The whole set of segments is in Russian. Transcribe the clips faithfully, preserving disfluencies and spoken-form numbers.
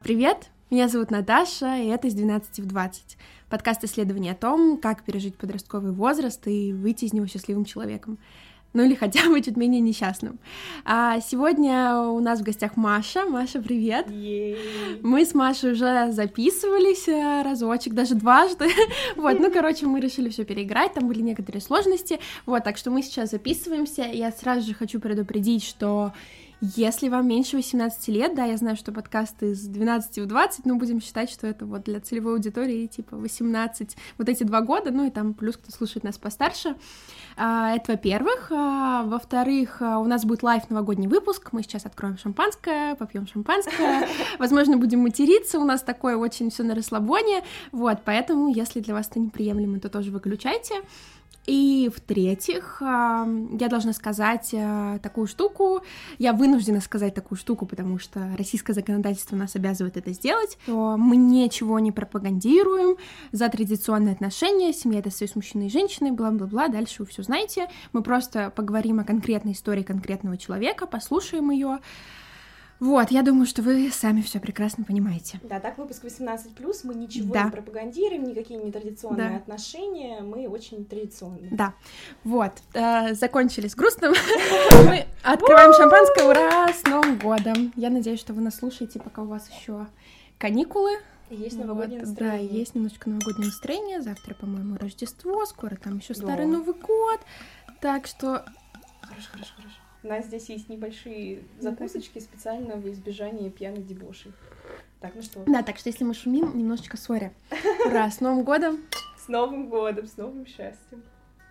Привет, меня зовут Наташа, и это «Из двенадцати в двадцать». Подкаст исследований о том, как пережить подростковый возраст и выйти из него счастливым человеком. Ну или хотя бы чуть менее несчастным. А сегодня у нас в гостях Маша. Маша, привет! Е-е-е. Мы с Машей уже записывались разочек, даже дважды. Вот, ну, короче, мы решили все переиграть, там были некоторые сложности. Вот, так что мы сейчас записываемся. Я сразу же хочу предупредить, что если вам меньше восемнадцати лет, да, я знаю, что подкаст из двенадцати в двадцать, но будем считать, что это вот для целевой аудитории типа восемнадцать, вот эти два года, ну и там плюс кто слушает нас постарше. Это во-первых. Во-вторых, у нас будет лайв новогодний выпуск, мы сейчас откроем шампанское, попьем шампанское, возможно, будем материться, у нас такое очень все на расслабоне, вот, поэтому, если для вас это неприемлемо, то тоже выключайте. И в-третьих, я должна сказать такую штуку, я вынуждена сказать такую штуку, потому что российское законодательство нас обязывает это сделать, что мы ничего не пропагандируем за традиционные отношения, семья — это союз мужчины и женщины, бла-бла-бла, дальше вы все знаете. Мы просто поговорим о конкретной истории конкретного человека, послушаем ее. Вот, я думаю, что вы сами все прекрасно понимаете. Да, так выпуск восемнадцать плюс, мы ничего Да. не пропагандируем, никакие нетрадиционные Да. отношения, мы очень традиционные. Да, вот, э, закончили с грустным, мы открываем шампанское, ура, с Новым годом! Я надеюсь, что вы нас слушаете, пока у вас еще каникулы. Есть новогоднее Вот, настроение. да, есть немножечко новогоднее настроение, завтра, по-моему, Рождество, скоро там еще Старый Да. Новый год, так что... Хорошо, хорошо, хорошо. У нас здесь есть небольшие закусочки специально в избежание пьяных дебошей. Так, ну что? Да, так что если мы шумим, немножечко сори. Ура, с Новым годом! С Новым годом, с новым счастьем.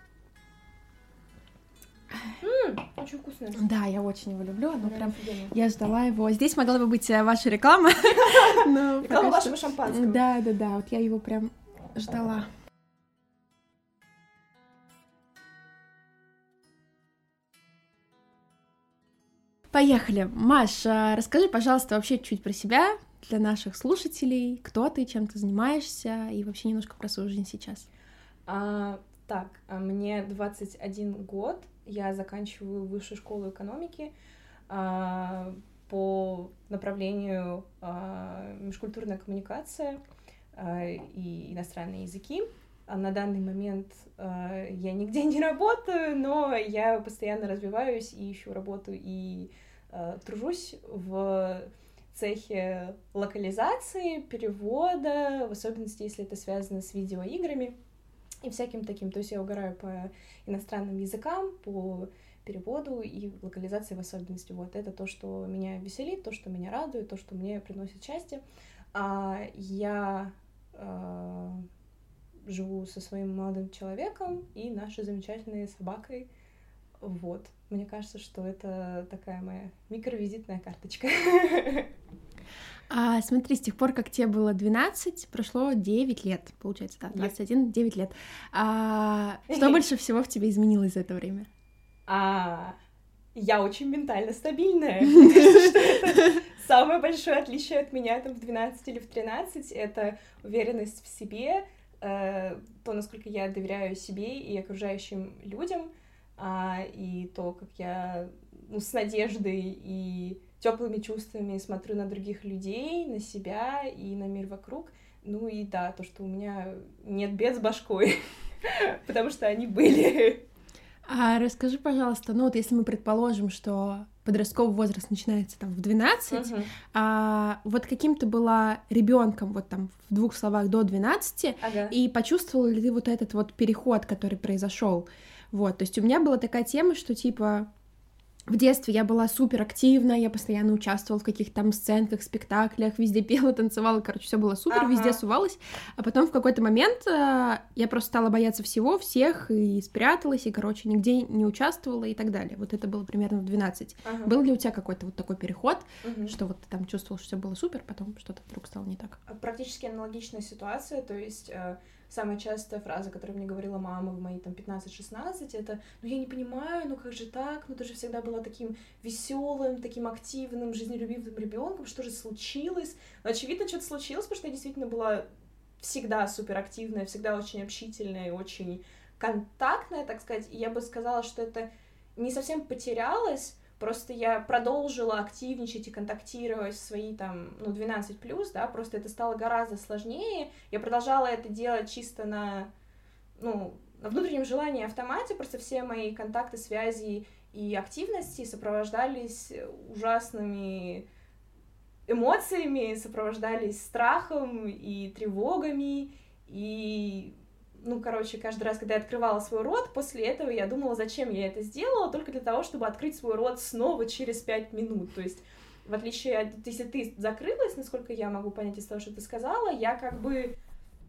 Ммм, очень вкусное. Да, я очень его люблю, оно Реально прям... офигенно. Я ждала его. Здесь могла бы быть э, ваша реклама. но Реклама пока вашего что- шампанского. Да, да, да, вот я его прям ждала. Поехали. Маш, а, расскажи, пожалуйста, вообще чуть про себя для наших слушателей. Кто ты, чем ты занимаешься, и вообще немножко про свою жизнь сейчас. А, так, а мне двадцать один год, я заканчиваю высшую школу экономики а, по направлению а, межкультурная коммуникация а, и иностранные языки. А на данный момент а, я нигде не работаю, но я постоянно развиваюсь и ищу работу, и а, тружусь в цехе локализации, перевода, в особенности, если это связано с видеоиграми и всяким таким. То есть я угораю по иностранным языкам, по переводу и локализации в особенности. Вот это то, что меня веселит, то, что меня радует, то, что мне приносит счастье. А я а, живу со своим молодым человеком и нашей замечательной собакой. Вот. Мне кажется, что это такая моя микровизитная карточка. А, смотри, с тех пор, как тебе было двенадцать, прошло девять лет, получается, да, двадцать один, девять лет. А, что больше всего в тебе изменилось за это время? А я очень ментально стабильная. Мне кажется, что это самое большое отличие от меня там в двенадцать или в тринадцать. Это уверенность в себе, э, то, насколько я доверяю себе и окружающим людям, а, и то, как я ну, с надеждой и теплыми чувствами смотрю на других людей, на себя и на мир вокруг. Ну и да, то, что у меня нет бед с башкой, потому что они были. А расскажи, пожалуйста, ну вот если мы предположим, что подростковый возраст начинается там в двенадцать, Мгм. а вот каким ты была ребенком, вот там в двух словах, до двенадцати, Ага. и почувствовала ли ты вот этот вот переход, который произошел? Вот, то есть у меня была такая тема, что типа в детстве я была супер активна, я постоянно участвовала в каких-то там сценках, спектаклях, везде пела, танцевала, короче, все было супер, Ага. везде сувалась. А потом в какой-то момент э, я просто стала бояться всего, всех, и спряталась, и, короче, нигде не участвовала и так далее. Вот это было примерно в двенадцать. Ага. Был ли у тебя какой-то вот такой переход, Мгм. что вот ты там чувствовал, что все было супер, потом что-то вдруг стало не так? Практически аналогичная ситуация, то есть э, самая частая фраза, которую мне говорила мама в мои там пятнадцать-шестнадцать, это «ну я не понимаю, ну как же так, ну ты же всегда была таким веселым, таким активным, жизнелюбивым ребенком, что же случилось?» Но, очевидно, что-то случилось, потому что я действительно была всегда суперактивная, всегда очень общительная и очень контактная, так сказать, и я бы сказала, что это не совсем потерялось, Просто я продолжила активничать и контактировать в свои там, ну, двенадцать плюс, да, просто это стало гораздо сложнее. Я продолжала это делать чисто на, ну, на внутреннем желании автомате, просто все мои контакты, связи и активности сопровождались ужасными эмоциями, сопровождались страхом и тревогами, и... Ну, короче, каждый раз, когда я открывала свой рот, после этого я думала, зачем я это сделала, только для того, чтобы открыть свой рот снова через пять минут. То есть, в отличие от... Если ты закрылась, насколько я могу понять из того, что ты сказала, я как бы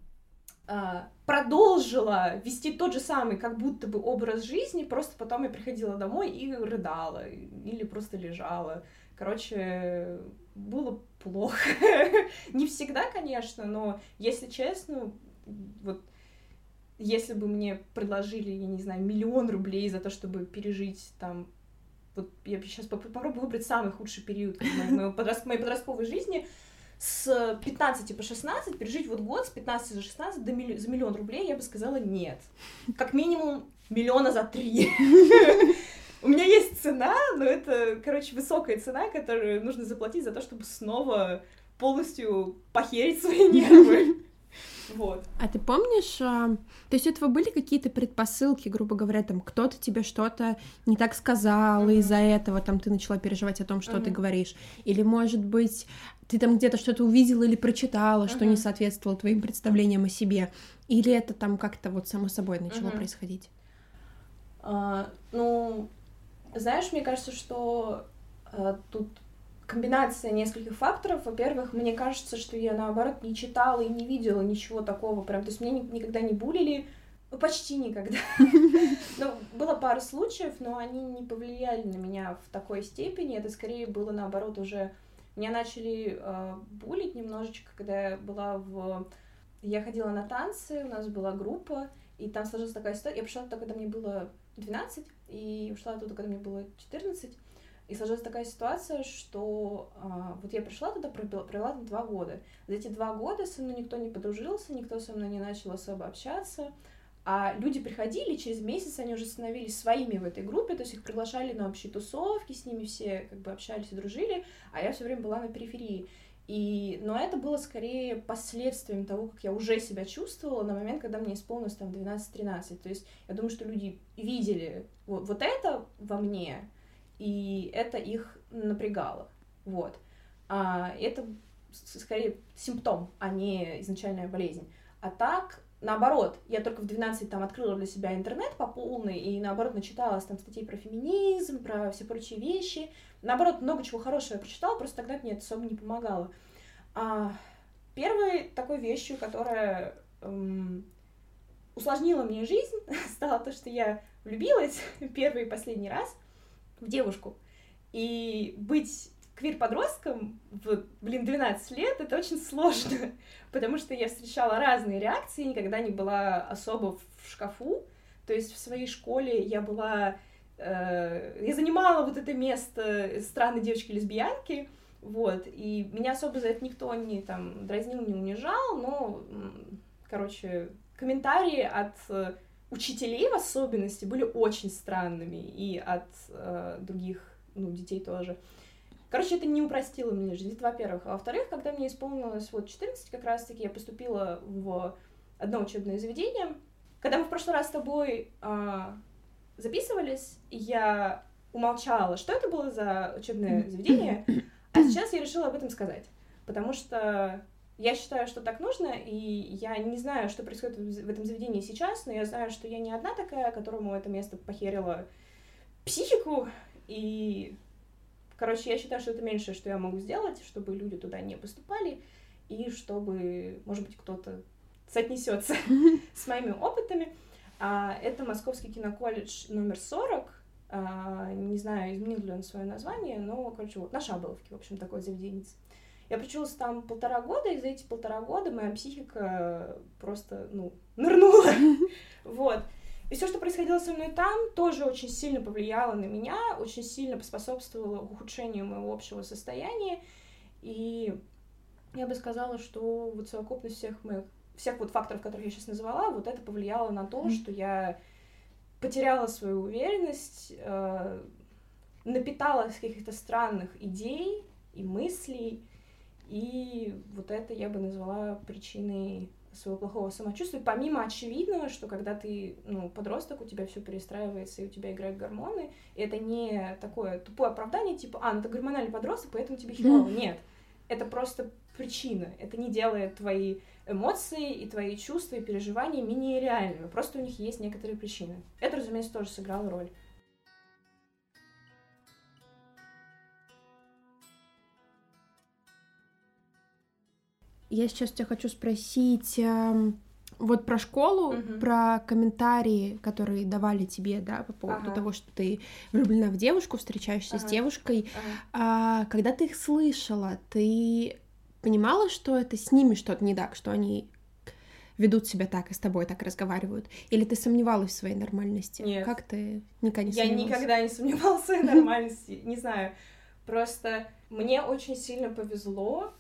а, продолжила вести тот же самый, как будто бы образ жизни, просто потом я приходила домой и рыдала, или просто лежала. Короче, было плохо. Не всегда, конечно, но, если честно, вот... Если бы мне предложили, я не знаю, миллион рублей за то, чтобы пережить там... Вот я сейчас попробую выбрать самый худший период моей, подростк, моей подростковой жизни. С пятнадцати по шестнадцать, пережить вот год с пятнадцати за шестнадцать до милли... за миллион рублей, я бы сказала нет. Как минимум миллиона за три. У меня есть цена, но это, короче, высокая цена, которую нужно заплатить за то, чтобы снова полностью похерить свои нервы. Вот. А ты помнишь, а, то есть у этого были какие-то предпосылки, грубо говоря, там кто-то тебе что-то не так сказал, mm-hmm. и из-за этого там ты начала переживать о том, что mm-hmm. ты говоришь, или, может быть, ты там где-то что-то увидела или прочитала, mm-hmm. что не соответствовало твоим представлениям о себе, или это там как-то вот само собой начало mm-hmm. происходить? Uh, ну, знаешь, мне кажется, что uh, тут комбинация нескольких факторов. Во-первых, мне кажется, что я, наоборот, не читала и не видела ничего такого прям. То есть меня никогда не булили, ну, почти никогда. Ну, было пару случаев, но они не повлияли на меня в такой степени. Это скорее было, наоборот, уже... Меня начали э, булить немножечко, когда я была в... Я ходила на танцы, у нас была группа, и там сложилась такая история. Я пришла туда, когда мне было двенадцать, и ушла оттуда, когда мне было четырнадцать. И сложилась такая ситуация, что а, вот я пришла туда, провела, провела там два года. За эти два года со мной никто не подружился, никто со мной не начал особо общаться, а люди приходили, через месяц они уже становились своими в этой группе, то есть их приглашали на общие тусовки, с ними все как бы общались и дружили, а я все время была на периферии. И, но это было скорее последствием того, как я уже себя чувствовала на момент, когда мне исполнилось там двенадцать-тринадцать. То есть я думаю, что люди видели вот, вот это во мне, и это их напрягало, вот. А это скорее симптом, а не изначальная болезнь. А так, наоборот, я только в двенадцать там открыла для себя интернет по полной, и наоборот начиталась там статей про феминизм, про все прочие вещи. Наоборот, много чего хорошего я прочитала, просто тогда мне это особо не помогало. А первой такой вещью, которая эм, усложнила мне жизнь, стало то, что я влюбилась первый и последний раз в девушку. И быть квир-подростком в, блин, двенадцать лет — это очень сложно, потому что я встречала разные реакции, никогда не была особо в шкафу. То есть в своей школе я была... Э, я занимала вот это место странной девочки-лесбиянки, вот, и меня особо за это никто не там дразнил, не унижал, но, короче, комментарии от учителей в особенности были очень странными, и от э, других, ну, детей тоже. Короче, это не упростило мне жизнь, это во-первых. А во-вторых, когда мне исполнилось вот четырнадцать, как раз-таки я поступила в одно учебное заведение. Когда мы в прошлый раз с тобой э, записывались, я умолчала, что это было за учебное заведение, а сейчас я решила об этом сказать, потому что я считаю, что так нужно, и я не знаю, что происходит в этом заведении сейчас, но я знаю, что я не одна такая, которому это место похерило психику, и, короче, я считаю, что это меньшее, что я могу сделать, чтобы люди туда не поступали, и чтобы, может быть, кто-то соотнесется с моими опытами. Это Московский киноколледж номер сорок, не знаю, изменил ли он свое название, но, короче, вот, на Шаболовке, в общем, такой заведение. Я проучилась там полтора года, и за эти полтора года моя психика просто, ну, нырнула, вот. И все, что происходило со мной там, тоже очень сильно повлияло на меня, очень сильно поспособствовало ухудшению моего общего состояния, и я бы сказала, что вот совокупность всех моих, всех вот факторов, которые я сейчас назвала, вот это повлияло на то, что я потеряла свою уверенность, э, напиталась каких-то странных идей и мыслей, и вот это я бы назвала причиной своего плохого самочувствия, помимо очевидного, что когда ты, ну, подросток, у тебя все перестраивается, и у тебя играют гормоны, и это не такое тупое оправдание, типа, а, ну ты гормональный подросток, поэтому тебе херово. Нет, это просто причина, это не делает твои эмоции и твои чувства и переживания менее реальными, просто у них есть некоторые причины. Это, разумеется, тоже сыграло роль. Я сейчас тебя хочу спросить э, вот про школу, uh-huh. про комментарии, которые давали тебе, да, по поводу uh-huh. того, что ты влюблена в девушку, встречаешься uh-huh. с девушкой. Uh-huh. А, когда ты их слышала, ты понимала, что это с ними что-то не так, что они ведут себя так и с тобой так разговаривают? Или ты сомневалась в своей нормальности? Нет. Как ты никогда не Я сомневалась? Я никогда не сомневалась в своей нормальности, не знаю. Просто мне очень сильно повезло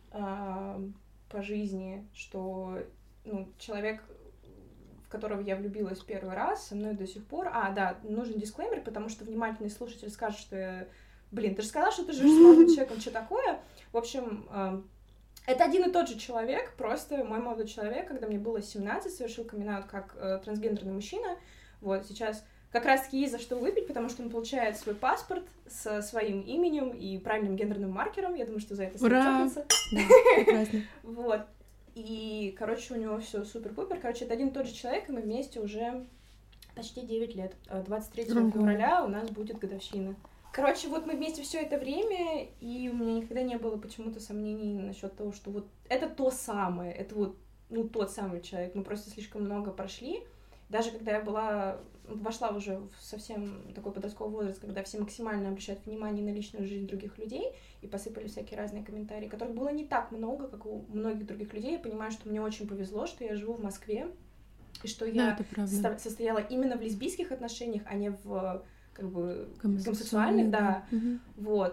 по жизни, что, ну, человек, в которого я влюбилась первый раз, со мной до сих пор... А, да, нужен дисклеймер, потому что внимательный слушатель скажет, что я... Блин, ты же сказала, что ты живешь с молодым человеком, что такое? В общем, это один и тот же человек, просто мой молодой человек, когда мне было семнадцать, совершил камин-аут как э, трансгендерный мужчина. Вот, сейчас как раз-таки есть за что выпить, потому что он получает свой паспорт со своим именем и правильным гендерным маркером. Я думаю, что за это стоит чокнуться. Да, прекрасно. Вот. И, короче, у него все супер-пупер. Короче, это один и тот же человек, и мы вместе уже почти девять лет. двадцать третьего февраля у нас будет годовщина. Короче, вот мы вместе все это время, и у меня никогда не было почему-то сомнений насчет того, что вот это то самое, это вот, ну, тот самый человек. Мы просто слишком много прошли. Даже когда я была, вошла уже в совсем такой подростковый возраст, когда все максимально обращают внимание на личную жизнь других людей, и посыпали всякие разные комментарии, которых было не так много, как у многих других людей. Я понимаю, что мне очень повезло, что я живу в Москве, и что я да, со- состояла именно в лесбийских отношениях, а не в, как бы, гомосексуальных, да, угу. вот.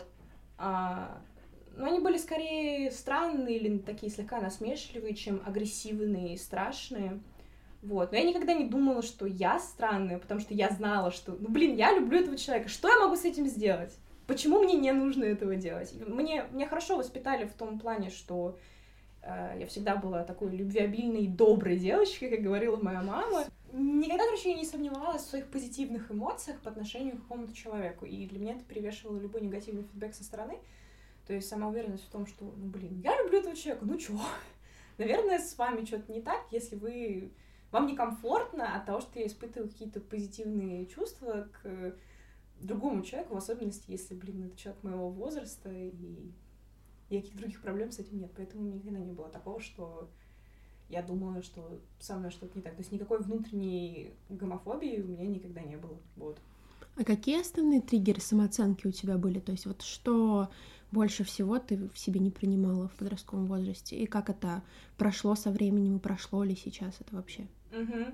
А, но они были скорее странные или такие слегка насмешливые, чем агрессивные и страшные. Вот. Но я никогда не думала, что я странная, потому что я знала, что, ну, блин, я люблю этого человека, что я могу с этим сделать? Почему мне не нужно этого делать? Мне, меня хорошо воспитали в том плане, что э, я всегда была такой любвеобильной, доброй девочкой, как говорила моя мама. Никогда, короче, я не сомневалась в своих позитивных эмоциях по отношению к какому-то человеку, и для меня это перевешивало любой негативный фидбэк со стороны. То есть самоуверенность в том, что, ну, блин, я люблю этого человека, ну чё? Наверное, с вами что-то не так, если вы... Вам некомфортно от того, что я испытываю какие-то позитивные чувства к другому человеку, в особенности, если, блин, это человек моего возраста, и никаких других проблем с этим нет. Поэтому у меня никогда не было такого, что я думала, что со мной что-то не так. То есть никакой внутренней гомофобии у меня никогда не было. Вот. А какие основные триггеры самооценки у тебя были? То есть вот что больше всего ты в себе не принимала в подростковом возрасте? И как это прошло со временем, и прошло ли сейчас это вообще? Угу.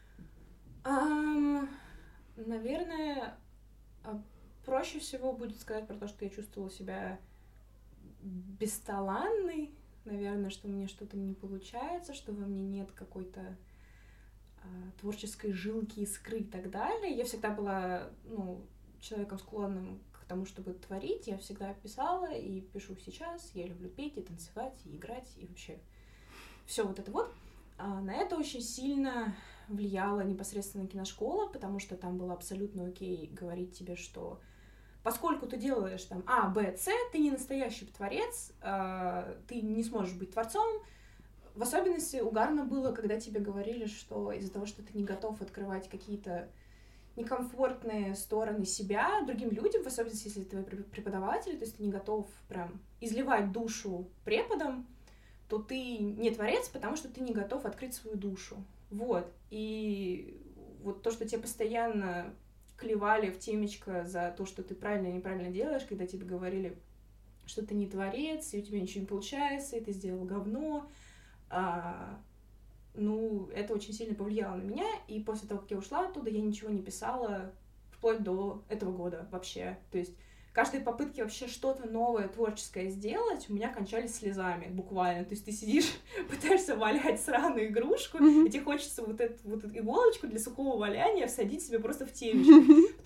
Um, наверное, проще всего будет сказать про то, что я чувствовала себя бесталанной. Наверное, что мне что-то не получается, что во мне нет какой-то uh, творческой жилки, искры и так далее. Я всегда была, ну, человеком, склонным к тому, чтобы творить. Я всегда писала и пишу сейчас. Я люблю петь и танцевать, и играть, и вообще все вот это вот. А на это очень сильно влияла непосредственно киношкола, потому что там было абсолютно окей говорить тебе, что поскольку ты делаешь там А, Б, С, ты не настоящий творец, ты не сможешь быть творцом. В особенности угарно было, когда тебе говорили, что из-за того, что ты не готов открывать какие-то некомфортные стороны себя другим людям, в особенности, если ты твой преподаватель, то есть ты не готов прям изливать душу преподам, то ты не творец, потому что ты не готов открыть свою душу. Вот. И вот то, что тебе постоянно клевали в темечко за то, что ты правильно и неправильно делаешь, когда тебе говорили, что ты не творец, и у тебя ничего не получается, и ты сделал говно, а, ну, это очень сильно повлияло на меня, и после того, как я ушла оттуда, я ничего не писала вплоть до этого года вообще. То есть каждой попытки вообще что-то новое, творческое сделать у меня кончались слезами, буквально. То есть ты сидишь, пытаешься валять сраную игрушку, mm-hmm. и тебе хочется вот эту, вот эту иголочку для сухого валяния всадить себе просто в темечко.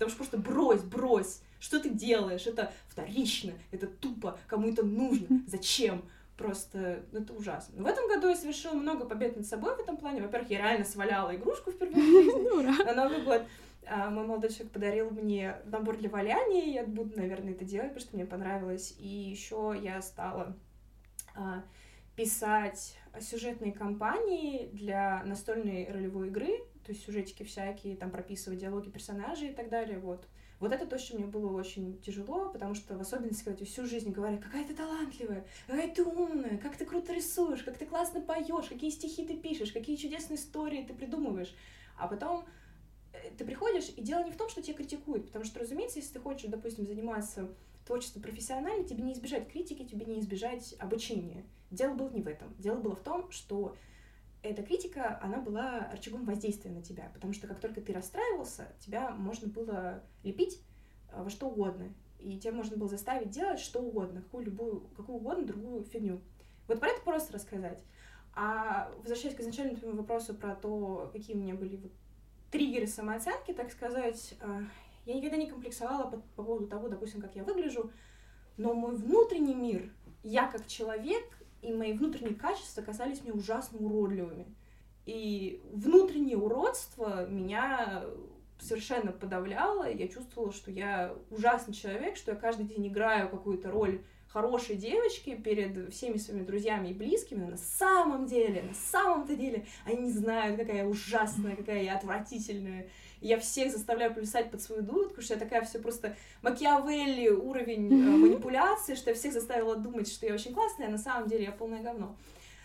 потому что просто брось, брось, что ты делаешь, это вторично, это тупо, кому это нужно, зачем? Просто, ну, это ужасно. Но в этом году я совершила много побед над собой в этом плане. Во-первых, я реально сваляла игрушку впервые в жизни. На Новый год а, мой молодой человек подарил мне набор для валяния, я буду, наверное, это делать, потому что мне понравилось. И еще я стала а, писать сюжетные кампании для настольной ролевой игры, то есть сюжетики всякие, там прописывать диалоги персонажей и так далее, вот. Вот это то, что мне было очень тяжело, потому что в особенности, когда тебе всю жизнь говорят, какая ты талантливая, какая ты умная, как ты круто рисуешь, как ты классно поешь, какие стихи ты пишешь, какие чудесные истории ты придумываешь. А потом ты приходишь, и дело не в том, что тебя критикуют, потому что, разумеется, если ты хочешь, допустим, заниматься творчеством профессионально, тебе не избежать критики, тебе не избежать обучения. Дело было не в этом. Дело было в том, что эта критика, она была рычагом воздействия на тебя, потому что как только ты расстраивался, тебя можно было лепить во что угодно, и тебя можно было заставить делать что угодно, какую любую, какую угодно другую фигню. Вот про это просто рассказать. А возвращаясь к изначальному твоему вопросу про то, какие у меня были вот триггеры самооценки, так сказать, я никогда не комплексовала по, по поводу того, допустим, как я выгляжу, но мой внутренний мир, я как человек, и мои внутренние качества казались мне ужасно уродливыми. И внутреннее уродство меня совершенно подавляло. Я чувствовала, что я ужасный человек, что я каждый день играю какую-то роль хорошей девочки перед всеми своими друзьями и близкими, но на самом деле, на самом-то деле они не знают, какая я ужасная, какая я отвратительная. И я всех заставляю плясать под свою дудку, что я такая все просто Макиавелли уровень э, манипуляции, что я всех заставила думать, что я очень классная, а на самом деле я полное говно.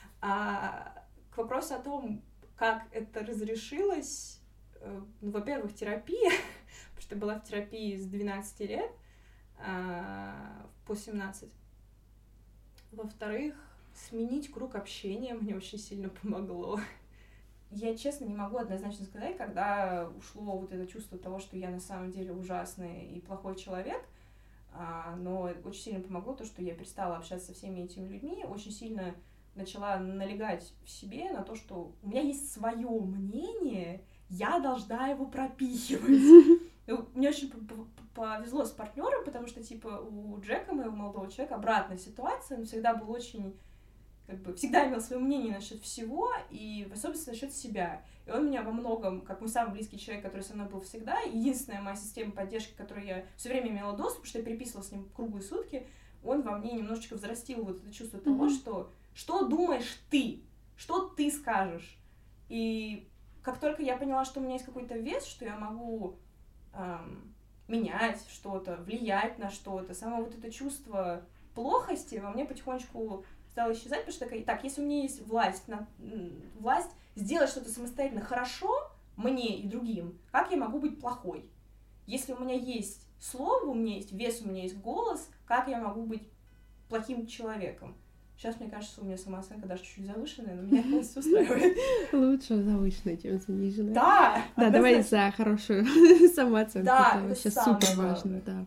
А к вопросу о том, как это разрешилось, э, ну, во-первых, терапия, потому что я была в терапии с двенадцати лет э, по семнадцать. Во-вторых, сменить круг общения мне очень сильно помогло. Я, честно, не могу однозначно сказать, когда ушло вот это чувство того, что я на самом деле ужасный и плохой человек, но очень сильно помогло то, что я перестала общаться со всеми этими людьми, очень сильно начала налегать в себе на то, что у меня есть свое мнение, я должна его пропихивать. Мне очень повезло с партнером, потому что, типа, у Джека, моего молодого человека, обратная ситуация, он всегда был очень... как бы всегда имел свое мнение насчет всего, и в особенности насчет себя. И он меня во многом, как мой самый близкий человек, который со мной был всегда, единственная моя система поддержки, к которой я все время имела доступ, потому что я переписывала с ним круглые сутки, он во мне немножечко взрастил вот это чувство того, mm-hmm. что что думаешь ты, что ты скажешь. И как только я поняла, что у меня есть какой-то вес, что я могу эм, менять что-то, влиять на что-то, само вот это чувство плохости во мне потихонечку стала исчезать, потому что такая, так, если у меня есть власть, на, власть сделать что-то самостоятельно хорошо мне и другим, как я могу быть плохой? Если у меня есть слово, у меня есть вес, у меня есть голос, как я могу быть плохим человеком? Сейчас, мне кажется, у меня самооценка даже чуть-чуть завышенная, но меня полностью устраивает. Лучше завышенная, чем заниженная. Да! Да, давай за хорошую самооценку. Да, это сейчас супер важно, да.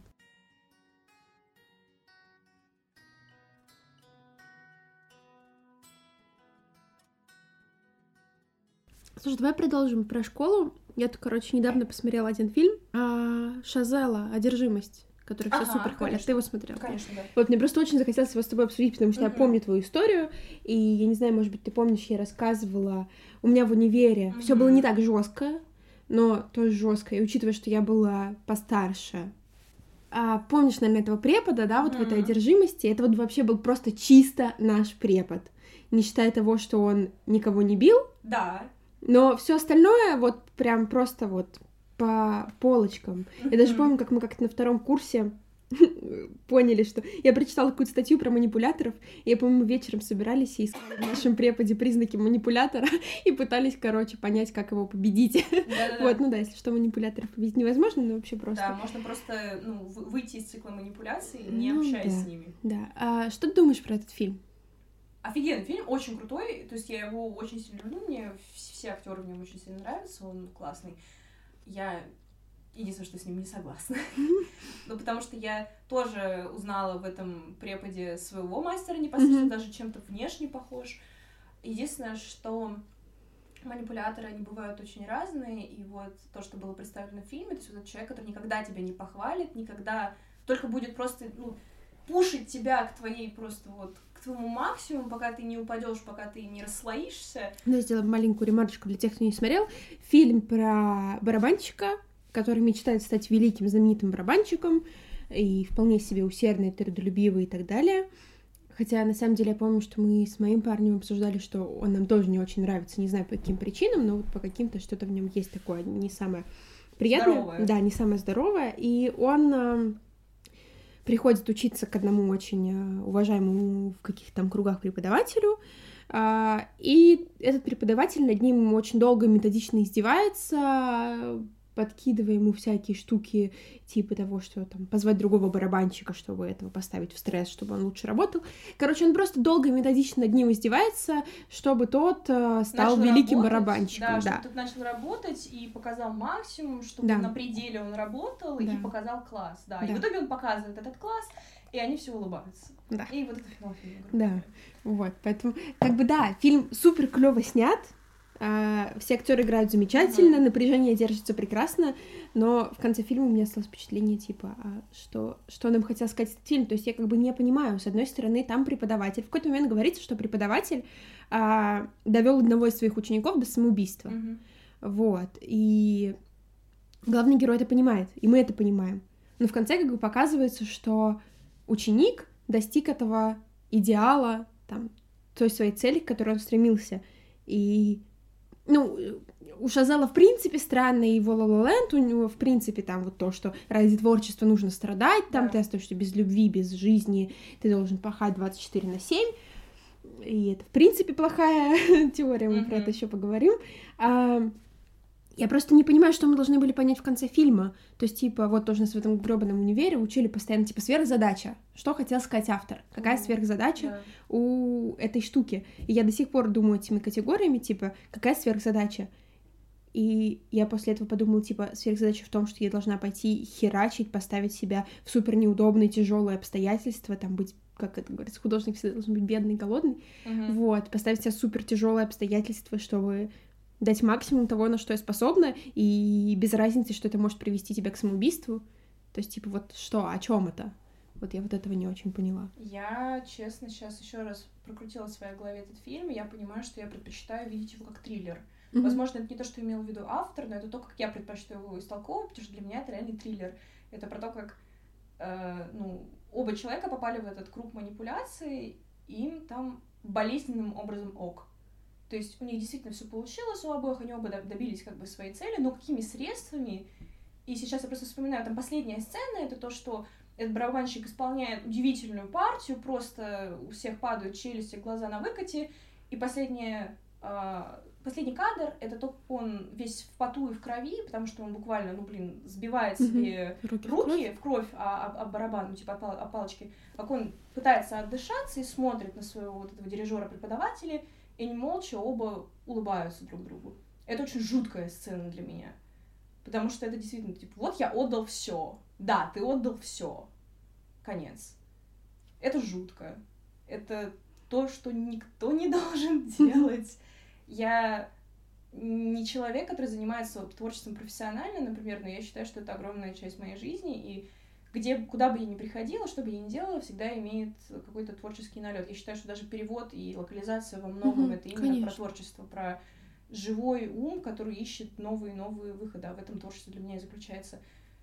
Слушай, давай продолжим про школу. Я тут, короче, недавно посмотрела один фильм а, Шазела «Одержимость», который все ага, супер хвалят. Конечно. Ты его смотрела? Конечно, да. Вот мне просто очень захотелось его с тобой обсудить, потому что uh-huh. я помню твою историю, и я не знаю, может быть, ты помнишь, я рассказывала, у меня в универе uh-huh. все было не так жестко, но тоже жестко, и учитывая, что я была постарше. А, помнишь, наверное, этого препода, да, вот uh-huh. в этой одержимости, это вот вообще был просто чисто наш препод, не считая того, что он никого не бил. Да. Но все остальное вот прям просто вот по полочкам. Mm-hmm. Я даже помню, как мы как-то на втором курсе поняли, что... Я прочитала какую-то статью про манипуляторов, и я, по-моему, вечером собирались и искали в нашем преподе признаки манипулятора и пытались, короче, понять, как его победить. Да-да-да. Вот, ну да, если что, манипуляторов победить невозможно, но вообще просто... Да, можно просто, ну, выйти из цикла манипуляций, не ну, общаясь да. с ними. Да. А что ты думаешь про этот фильм? Офигенный фильм, очень крутой, то есть я его очень сильно люблю, мне все актеры в нем очень сильно нравятся, он классный. Я единственное, что с ним не согласна. Ну, потому что я тоже узнала в этом преподе своего мастера непосредственно, даже чем-то внешне похож. Единственное, что манипуляторы, они бывают очень разные, и вот то, что было представлено в фильме, то есть вот этот человек, который никогда тебя не похвалит, никогда только будет просто, ну, пушить тебя к твоей просто вот, к твоему максимуму, пока ты не упадешь, пока ты не расслоишься. Ну, я сделала маленькую ремарочку для тех, кто не смотрел. Фильм про барабанщика, который мечтает стать великим, знаменитым барабанщиком, и вполне себе усердный, трудолюбивый и так далее. Хотя, на самом деле, я помню, что мы с моим парнем обсуждали, что он нам тоже не очень нравится, не знаю, по каким причинам, но вот по каким-то что-то в нем есть такое не самое приятное. Здоровое. Да, не самое здоровое. И он э, приходит учиться к одному очень э, уважаемому в каких-то там кругах преподавателю, э, и этот преподаватель над ним очень долго и методично издевается, подкидывая ему всякие штуки, типа того, что там позвать другого барабанщика, чтобы этого поставить в стресс, чтобы он лучше работал. Короче, он просто долго и методично над ним издевается, чтобы тот э, стал Начал великим работать, барабанщиком. Да, Да, чтобы тот начал работать и показал максимум, чтобы Да. на пределе он работал Да. и показал класс. Да. Да. И в итоге он показывает этот класс, и они все улыбаются. Да. И вот это финал фильма. Да, вот, поэтому, как бы, да, фильм супер клево снят, а, все актеры играют замечательно, Мгм. напряжение держится прекрасно, но в конце фильма у меня осталось впечатление, типа, а что, что нам хотел сказать этот фильм, то есть я как бы не понимаю, с одной стороны, там преподаватель, в какой-то момент говорится, что преподаватель а, довел одного из своих учеников до самоубийства, Мгм. вот, и главный герой это понимает, и мы это понимаем, но в конце как бы показывается, что ученик достиг этого идеала, там, той своей цели, к которой он стремился. И, ну, у Шазела в принципе странно, и его «Ла Ла Ленд», у него в принципе там вот то, что ради творчества нужно страдать, там Да. ты остаешься без любви, без жизни, ты должен пахать двадцать четыре на семь, и это в принципе плохая теория, мы Мгм. про это еще поговорим. А, Я просто не понимаю, что мы должны были понять в конце фильма. То есть, типа, вот тоже нас в этом грёбаном универе учили постоянно, типа, сверхзадача. Что хотел сказать автор? Какая Мгм. сверхзадача Да. у этой штуки? И я до сих пор думаю этими категориями, типа, какая сверхзадача? И я после этого подумала, типа, сверхзадача в том, что я должна пойти херачить, поставить себя в супер неудобные, тяжелые обстоятельства, там быть, как это говорится, художник всегда должен быть бедный, голодный. Мгм. Вот, поставить себя в супер тяжелые обстоятельства, чтобы дать максимум того, на что я способна, и без разницы, что это может привести тебя к самоубийству. То есть, типа, вот что, о чем это? Вот я вот этого не очень поняла. Я, честно, сейчас еще раз прокрутила в своей голове этот фильм, и я понимаю, что я предпочитаю видеть его как триллер. Мгм. Возможно, это не то, что имел в виду автор, но это то, как я предпочитаю его истолковывать, потому что для меня это реальный триллер. Это про то, как э, ну, оба человека попали в этот круг манипуляций, и им там болезненным образом ок. То есть у них действительно все получилось у обоих, они оба добились как бы своей цели, но какими средствами? И сейчас я просто вспоминаю, там последняя сцена, это то, что этот барабанщик исполняет удивительную партию, просто у всех падают челюсти, глаза на выкате, и последняя, э, последний кадр, это то, как он весь в поту и в крови, потому что он буквально, ну блин, сбивает себе Мгм. Руки в руки кровь. в кровь, а, а, а барабан, ну типа о, пал- о палочке, как он пытается отдышаться и смотрит на своего вот этого дирижера-преподавателя, и они молча оба улыбаются друг другу. Это очень жуткая сцена для меня. Потому что это действительно, типа, вот я отдал все. Да, ты отдал все. Конец. Это жутко. Это то, что никто не должен делать. Я не человек, который занимается творчеством профессионально, например, но я считаю, что это огромная часть моей жизни, и где, куда бы я ни приходила, что бы я ни делала, всегда имеет какой-то творческий налет. Я считаю, что даже перевод и локализация во многом Мгм, это именно конечно. про творчество, про живой ум, который ищет новые-новые выходы. А в этом творчество для меня и заключается.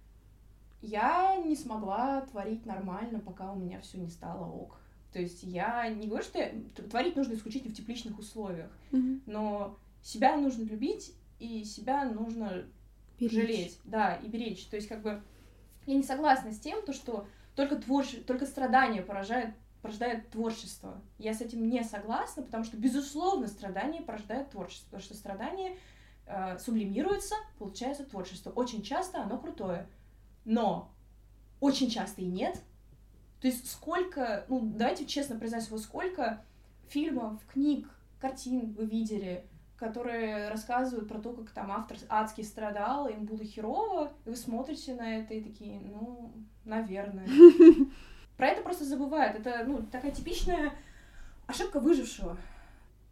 Я не смогла творить нормально, пока у меня все не стало ок. То есть я не говорю, что я... творить нужно исключительно в тепличных условиях, Мгм. но себя нужно любить, и себя нужно Беречь. жалеть, да, и беречь. То есть, как бы, я не согласна с тем, то, что только, творче... только страдание поражает... порождает творчество. Я с этим не согласна, потому что, безусловно, страдание порождает творчество, потому что страдание э, сублимируется, получается творчество. Очень часто оно крутое, но очень часто и нет. То есть сколько, ну, давайте честно признаемся, вот сколько фильмов, книг, картин вы видели, которые рассказывают про то, как там автор адски страдал, им было херово, и вы смотрите на это и такие, ну, наверное. Про это просто забывают. Это, ну, такая типичная ошибка выжившего.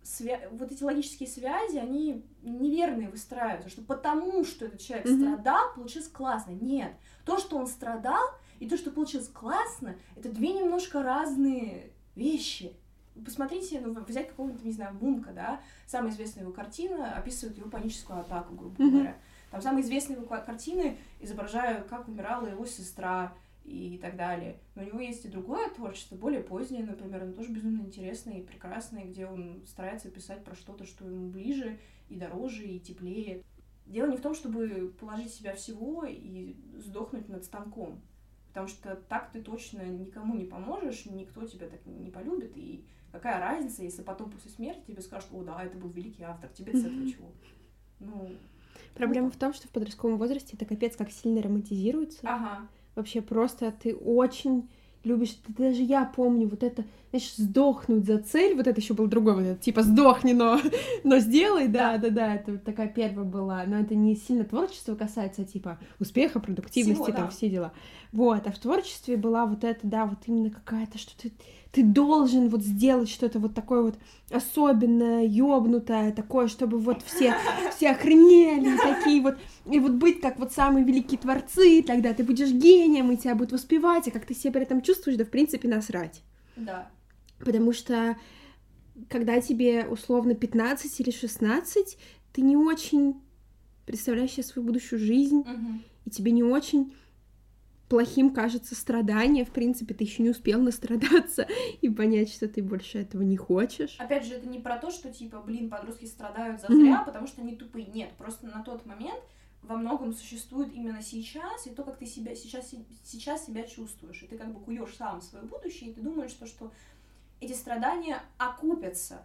свя... вот эти логические связи, они неверные выстраиваются, что потому, что этот человек Мгм. страдал, получилось классно. Нет. То, что он страдал, и то, что получилось классно, это две немножко разные вещи. Посмотрите, ну, взять какого-нибудь, не знаю, Мунка, да, самая известная его картина описывает его паническую атаку, грубо Мгм. говоря. Там самые известные его ка- картины изображают, как умирала его сестра и так далее. Но у него есть и другое творчество, более позднее, например, оно тоже безумно интересное и прекрасное, где он старается писать про что-то, что ему ближе и дороже, и теплее. Дело не в том, чтобы положить себя всего и сдохнуть над станком, потому что так ты точно никому не поможешь, никто тебя так не полюбит, и какая разница, если потом после смерти тебе скажут: о, да, это был великий автор, тебе с этого чего? Ну, Проблема глупо. в том, что в подростковом возрасте это капец как сильно романтизируется. Ага. Вообще просто ты очень любишь, ты- даже я помню вот это, знаешь, сдохнуть за цель, вот это еще был другой, вот это, типа сдохни, но, но сделай, да, да, да, это вот такая первая была, но это не сильно творчество касается, типа успеха, продуктивности, Всего, там да. все дела, вот, а в творчестве была вот это, да, вот именно какая-то, что ты, ты должен вот сделать что-то вот такое вот особенное, ёбнутое, такое, чтобы вот все, все охренели, и такие вот, и вот быть как вот самые великие творцы, тогда ты будешь гением, и тебя будут воспевать, а как ты себя при этом чувствуешь, да в принципе насрать. Да. Потому что когда тебе условно пятнадцать или шестнадцать, ты не очень представляешь себе свою будущую жизнь, Мгм. и тебе не очень плохим кажется страдание, в принципе, ты еще не успел настрадаться и понять, что ты больше этого не хочешь. Опять же, это не про то, что, типа, блин, подростки страдают за Мгм. зря, потому что они тупые. Нет, просто на тот момент во многом существует именно сейчас, и то, как ты себя сейчас, се- сейчас себя чувствуешь. И ты как бы куешь сам свое будущее, и ты думаешь, что, что эти страдания окупятся.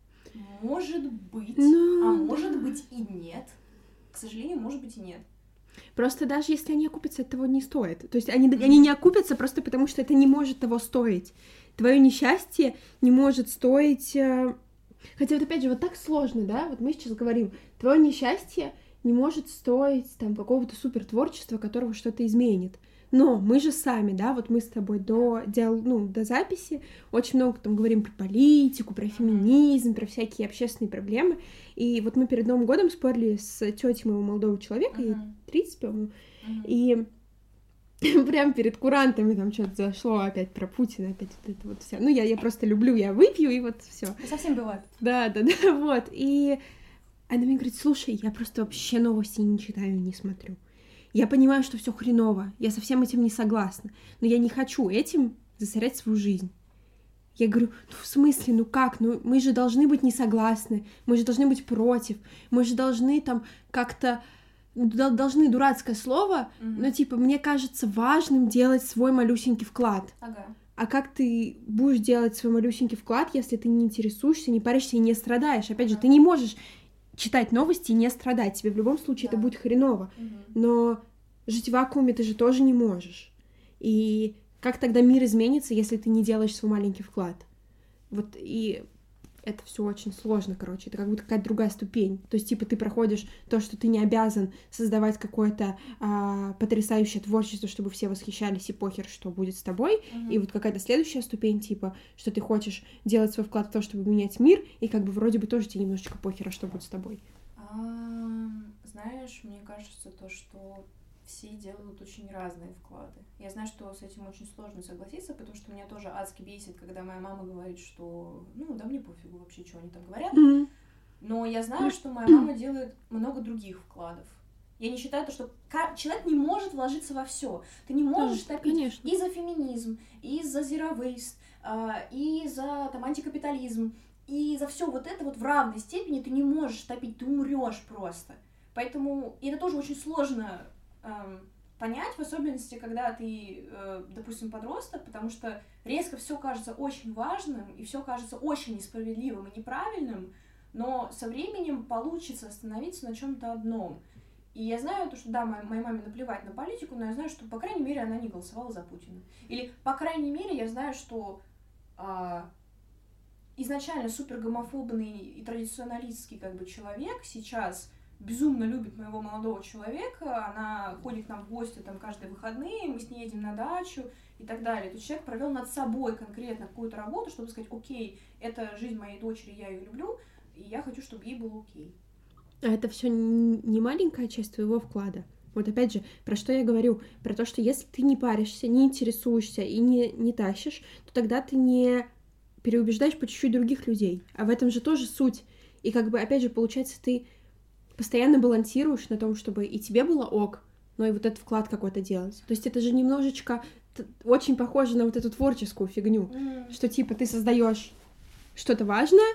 Может быть, Ну, а может быть и нет. К сожалению, может быть и нет. Просто даже если они окупятся, этого не стоит. То есть они, они не окупятся просто потому, что это не может того стоить. Твое несчастье не может стоить... э, Хотя вот опять же, вот так сложно, да? Вот мы сейчас говорим, твое несчастье не может стоить там какого-то супер творчества, которого что-то изменит. Но мы же сами, да, вот мы с тобой до, диал- ну, до записи очень много там говорим про политику, про феминизм, про всякие общественные проблемы. И вот мы перед Новым годом спорили с тетей моего молодого человека, ей Мгм. тридцать, по-моему, Мгм. и прям перед курантами там что-то зашло опять про Путина, опять вот это вот все. Ну, я, я просто люблю, я выпью, и вот все. Совсем бывает. Да, да, да, вот. И она мне говорит: слушай, я просто вообще новости не читаю, не смотрю. Я понимаю, что все хреново, я со всем этим не согласна, но я не хочу этим засорять свою жизнь. Я говорю: ну в смысле, ну как, ну мы же должны быть не согласны, мы же должны быть против, мы же должны там как-то, д- должны дурацкое слово, Мгм. но типа мне кажется важным делать свой малюсенький вклад. Ага. А как ты будешь делать свой малюсенький вклад, если ты не интересуешься, не паришься и не страдаешь? Опять же, Ага. ты не можешь читать новости и не страдать. Тебе в любом случае Да. это будет хреново. Мгм. Но жить в вакууме ты же тоже не можешь. И как тогда мир изменится, если ты не делаешь свой маленький вклад? Вот и это все очень сложно, короче. Это как будто какая-то другая ступень. То есть, типа, ты проходишь то, что ты не обязан создавать какое-то а, потрясающее творчество, чтобы все восхищались, и похер, что будет с тобой. Мгм. И вот какая-то следующая ступень, типа, что ты хочешь делать свой вклад в то, чтобы менять мир, и как бы вроде бы тоже тебе немножечко похера, что будет с тобой. Ам, Знаешь, мне кажется, то, что все делают очень разные вклады. Я знаю, что с этим очень сложно согласиться, потому что меня тоже адски бесит, когда моя мама говорит, что ну да мне пофигу вообще, что они там говорят. Но я знаю, что моя мама делает много других вкладов. Я не считаю то, что ка- человек не может вложиться во все. Ты не можешь Да, топить конечно. и за феминизм, и за zero waste, а, и за там антикапитализм, и за все вот это вот в равной степени ты не можешь топить, ты умрешь просто. Поэтому и это тоже очень сложно эм, понять, в особенности, когда ты, э, допустим, подросток, потому что резко все кажется очень важным, и все кажется очень несправедливым и неправильным, но со временем получится остановиться на чем-то одном. И я знаю, то, что да, моей, моей маме наплевать на политику, но я знаю, что, по крайней мере, она не голосовала за Путина. Или, по крайней мере, я знаю, что а, изначально супер гомофобный и традиционалистский как бы человек сейчас безумно любит моего молодого человека, она ходит к нам в гости там каждые выходные, мы с ней едем на дачу и так далее. То есть человек провел над собой конкретно какую-то работу, чтобы сказать, окей, это жизнь моей дочери, я ее люблю, и я хочу, чтобы ей было окей. А это все не маленькая часть твоего вклада. Вот опять же, про что я говорю? Про то, что если ты не паришься, не интересуешься и не, не тащишь, то тогда ты не переубеждаешь по чуть-чуть других людей. А в этом же тоже суть. И как бы, опять же, получается, ты постоянно балансируешь на том, чтобы и тебе было ок, но и вот этот вклад какой-то делать. То есть это же немножечко очень похоже на вот эту творческую фигню, mm. что типа ты создаешь что-то важное,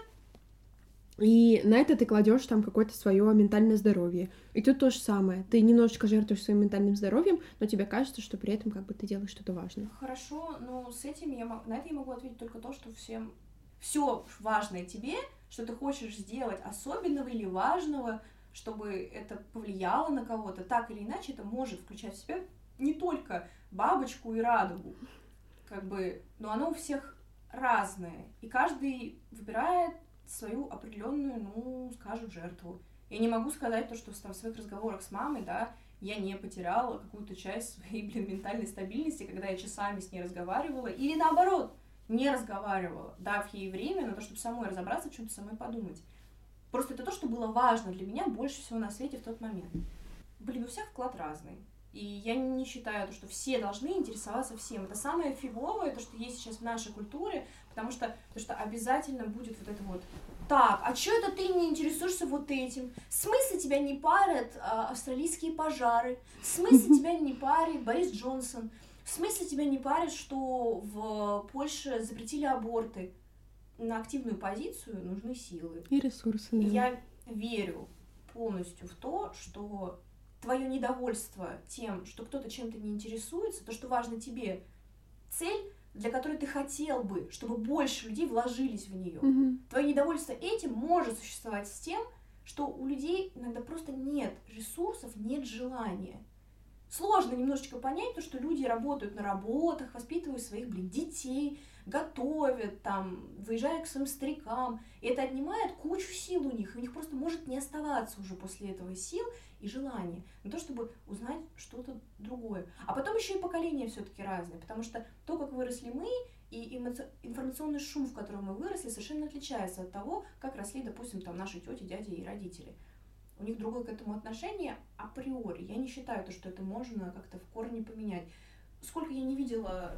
и на это ты кладешь там какое-то свое ментальное здоровье. И тут то же самое. Ты немножечко жертвуешь своим ментальным здоровьем, но тебе кажется, что при этом как бы ты делаешь что-то важное. Хорошо, но с этим я на это я могу ответить только то, что всем все важное тебе, что ты хочешь сделать особенного или важного, чтобы это повлияло на кого-то, так или иначе, это может включать в себя не только бабочку и радугу, как бы, но оно у всех разное, и каждый выбирает свою определенную, ну, скажем, жертву. Я не могу сказать то, что в своих разговорах с мамой, да, я не потеряла какую-то часть своей, блин, ментальной стабильности, когда я часами с ней разговаривала, или наоборот, не разговаривала, дав ей время на то, чтобы самой разобраться, в чем-то самой подумать. Просто это то, что было важно для меня больше всего на свете в тот момент. Блин, у всех вклад разный. И я не считаю, что все должны интересоваться всем. Это самое фиговое, то, что есть сейчас в нашей культуре, потому что, то, что обязательно будет вот это вот так, а чё это ты не интересуешься вот этим? В смысле тебя не парят а, австралийские пожары? В смысле тебя не парит Борис Джонсон? В смысле тебя не парит, что в Польше запретили аборты? На активную позицию нужны силы. И ресурсы. Да. И я верю полностью в то, что твое недовольство тем, что кто-то чем-то не интересуется, то, что важно тебе, цель, для которой ты хотел бы, чтобы больше людей вложились в нее. Mm-hmm. Твое недовольство этим может существовать с тем, что у людей иногда просто нет ресурсов, нет желания. Сложно немножечко понять то, что люди работают на работах, воспитывают своих, блин, детей, готовят, там, выезжают к своим старикам, и это отнимает кучу сил у них, и у них просто может не оставаться уже после этого сил и желания на то, чтобы узнать что-то другое. А потом еще и поколения все-таки разные, потому что то, как выросли мы, и информационный шум, в котором мы выросли, совершенно отличается от того, как росли, допустим, там, наши тети, дяди и родители. У них другое к этому отношение априори. Я не считаю, то, что это можно как-то в корне поменять. Сколько я не видела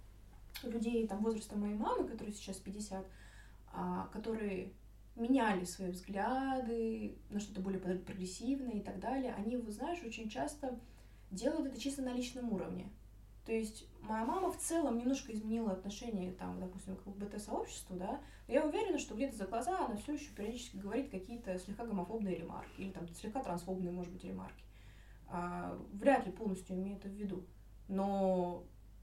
людей там, возраста моей мамы, которые сейчас пятьдесят, а, которые меняли свои взгляды на что-то более прогрессивное и так далее, они, вот, знаешь, очень часто делают это чисто на личном уровне. То есть моя мама в целом немножко изменила отношение, там, допустим, к ЛГБТ-сообществу, да, но я уверена, что где-то за глаза она все еще периодически говорит какие-то слегка гомофобные ремарки или там слегка трансфобные, может быть, ремарки. А, вряд ли полностью имеет это в виду. Но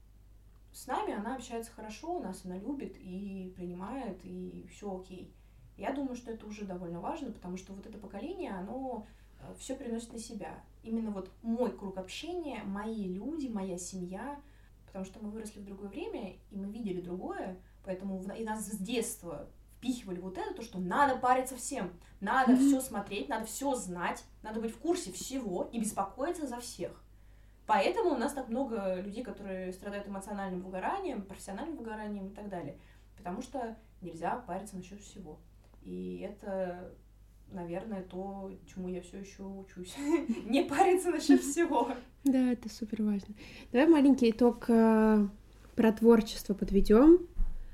с нами она общается хорошо, нас она любит и принимает, и все окей. Я думаю, что это уже довольно важно, потому что вот это поколение, оно все приносит на себя. Именно вот мой круг общения, мои люди, моя семья, потому что мы выросли в другое время, и мы видели другое, поэтому и нас с детства впихивали вот это, то, что надо париться всем, надо mm-hmm. все смотреть, надо все знать, надо быть в курсе всего и беспокоиться за всех. Поэтому у нас так много людей, которые страдают эмоциональным выгоранием, профессиональным выгоранием и так далее, потому что нельзя париться насчет всего. И это, наверное, то, чему я все еще учусь. Не париться насчет всего. Да, это супер важно. Давай маленький итог э, про творчество подведем.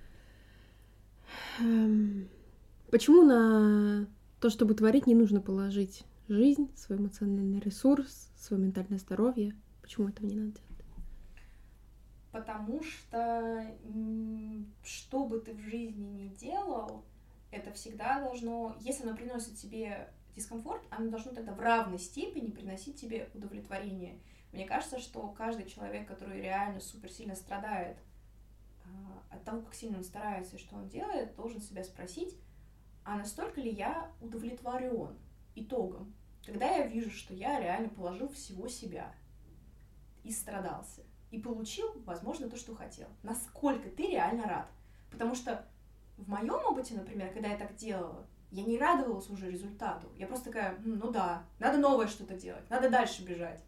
Эм, почему на то, чтобы творить, не нужно положить жизнь, свой эмоциональный ресурс, свое ментальное здоровье? Почему этого не надо делать? Потому что что бы ты в жизни ни делал, это всегда должно, если оно приносит тебе дискомфорт, оно должно тогда в равной степени приносить тебе удовлетворение. Мне кажется, что каждый человек, который реально супер сильно страдает а, от того, как сильно он старается и что он делает, должен себя спросить, а настолько ли я удовлетворен итогом, когда я вижу, что я реально положил всего себя и страдался, и получил, возможно, то, что хотел. Насколько ты реально рад. Потому что в моем опыте, например, когда я так делала, я не радовалась уже результату. Я просто такая, ну да, надо новое что-то делать, надо дальше бежать.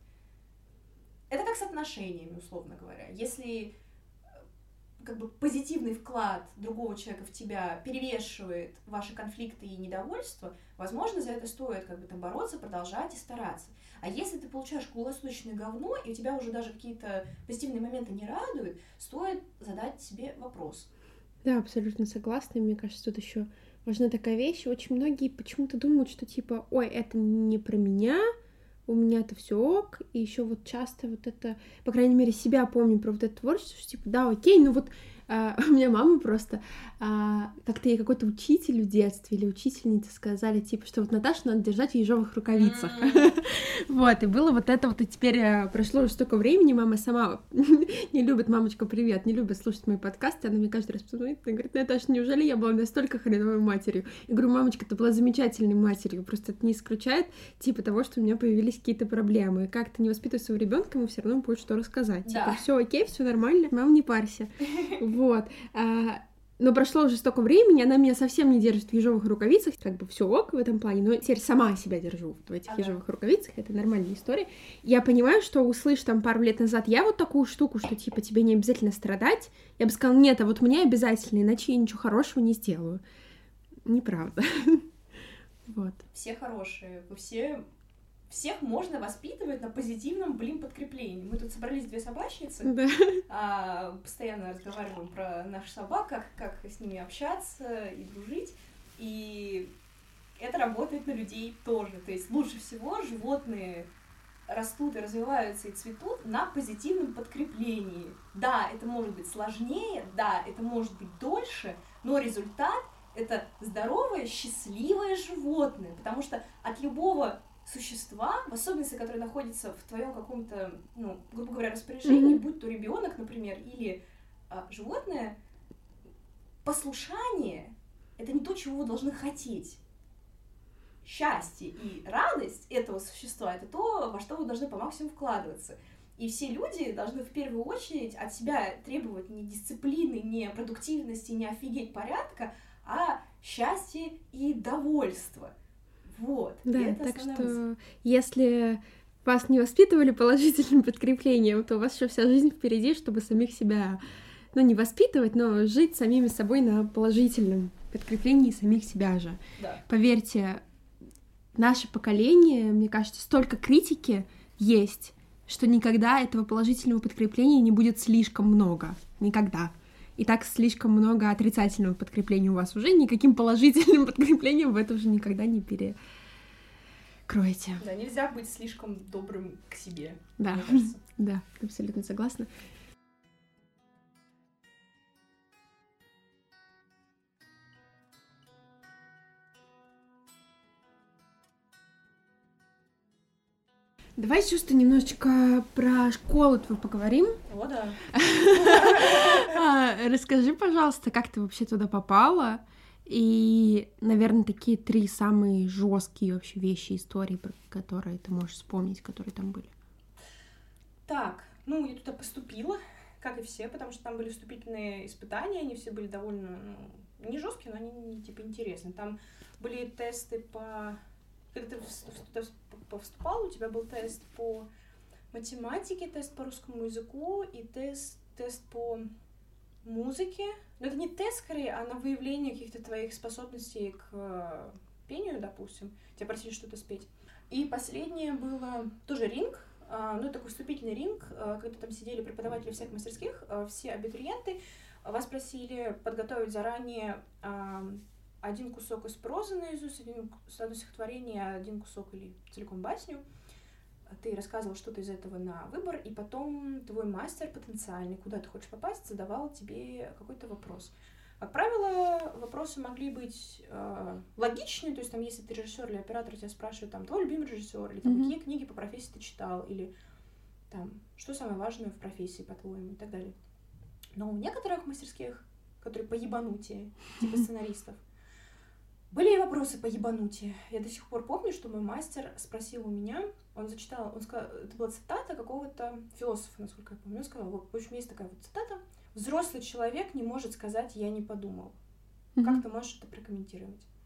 Это как с отношениями, условно говоря. Если как бы позитивный вклад другого человека в тебя перевешивает ваши конфликты и недовольство, возможно, за это стоит как бы там бороться, продолжать и стараться. А если ты получаешь круглосуточное говно, и у тебя уже даже какие-то позитивные моменты не радуют, стоит задать себе вопрос. Да, абсолютно согласна. Мне кажется, тут еще важна такая вещь. Очень многие почему-то думают, что типа, ой, это не про меня, у меня это все ок, и еще вот часто вот это, по крайней мере, себя помню про вот это творчество, что типа, да, окей, ну вот а, у меня мама просто, а, как-то ей какой-то учитель в детстве или учительница сказали, типа, что вот Наташу надо держать в ежовых рукавицах. Mm-hmm. Вот, и было вот это вот, и теперь прошло уже столько времени, мама сама не любит, мамочка, привет, не любит слушать мои подкасты, она мне каждый раз позвонит и говорит, Наташа, неужели я была настолько хреновой матерью? Я говорю, мамочка, ты была замечательной матерью, просто это не исключает, типа, того, что у меня появились какие-то проблемы. Как ты не воспитываешь своего ребенка, ему все равно будет что рассказать. Да. Типа, все окей, все нормально, мам, не парься. Вот. Но прошло уже столько времени, она меня совсем не держит в ежовых рукавицах, как бы все ок в этом плане, но теперь сама себя держу в этих ага. ежовых рукавицах, это нормальная история. Я понимаю, что услышь там пару лет назад я вот такую штуку, что типа тебе не обязательно страдать, я бы сказала, нет, а вот мне обязательно, иначе я ничего хорошего не сделаю. Неправда. Вот. Все хорошие, вы все... Всех можно воспитывать на позитивном, блин, подкреплении. Мы тут собрались две собачницы, да. а, постоянно разговариваем про наших собак, как, как с ними общаться и дружить. И это работает на людей тоже. То есть лучше всего животные растут и развиваются и цветут на позитивном подкреплении. Да, это может быть сложнее, да, это может быть дольше, но результат — это здоровое, счастливое животное. Потому что от любого существа, в особенности, которые находятся в твоем каком-то, ну, грубо говоря, распоряжении, mm-hmm. будь то ребенок, например, или а, животное, послушание — это не то, чего вы должны хотеть. Счастье и радость этого существа — это то, во что вы должны по максимуму вкладываться. И все люди должны в первую очередь от себя требовать не дисциплины, не продуктивности, не офигеть порядка, а счастья и довольства. Вот. Да, так что мысль. Если вас не воспитывали положительным подкреплением, то у вас еще вся жизнь впереди, чтобы самих себя, ну, не воспитывать, но жить самими собой на положительном подкреплении самих себя же. Да. Поверьте, наше поколение, мне кажется, столько критики есть, что никогда этого положительного подкрепления не будет слишком много. Никогда. И так слишком много отрицательного подкрепления у вас уже, никаким положительным подкреплением вы это уже никогда не перекроете. Да, нельзя быть слишком добрым к себе, да. мне кажется. Да, абсолютно согласна. Давай сейчас-то немножечко про школу твою поговорим. О, да. Расскажи, пожалуйста, как ты вообще туда попала? И, наверное, такие три самые жесткие вообще вещи, истории, про которые ты можешь вспомнить, которые там были. Так, ну, я туда поступила, как и все, потому что там были вступительные испытания, они все были довольно, ну, не жесткие, но они, типа, интересные. Там были тесты по... Когда ты вступал, у тебя был тест по математике, тест по русскому языку и тест, тест по музыке. Но это не тест, скорее, а на выявление каких-то твоих способностей к пению, допустим. Тебя просили что-то спеть. И последнее было тоже ринг, ну, такой вступительный ринг, когда там сидели преподаватели всех мастерских, все абитуриенты. Вас просили подготовить заранее один кусок из прозы наизусть, один, одно стихотворение, один кусок или целиком басню. Ты рассказывал что-то из этого на выбор, и потом твой мастер потенциальный, куда ты хочешь попасть, задавал тебе какой-то вопрос. Как правило, вопросы могли быть э, логичные, то есть там, если ты режиссер или оператор, тебя спрашивают, там, твой любимый режиссер, или там, mm-hmm. какие книги по профессии ты читал, или там, что самое важное в профессии, по-твоему, и так далее. Но у некоторых мастерских, которые по ебанутии, типа сценаристов, были и вопросы по ебанутии. Я до сих пор помню, что мой мастер спросил у меня, он зачитал, он сказал, это была цитата какого-то философа, насколько я помню, он сказал, вот, в общем, есть такая вот цитата: «Взрослый человек не может сказать «я не подумал». Mm-hmm. Как ты можешь это прокомментировать?»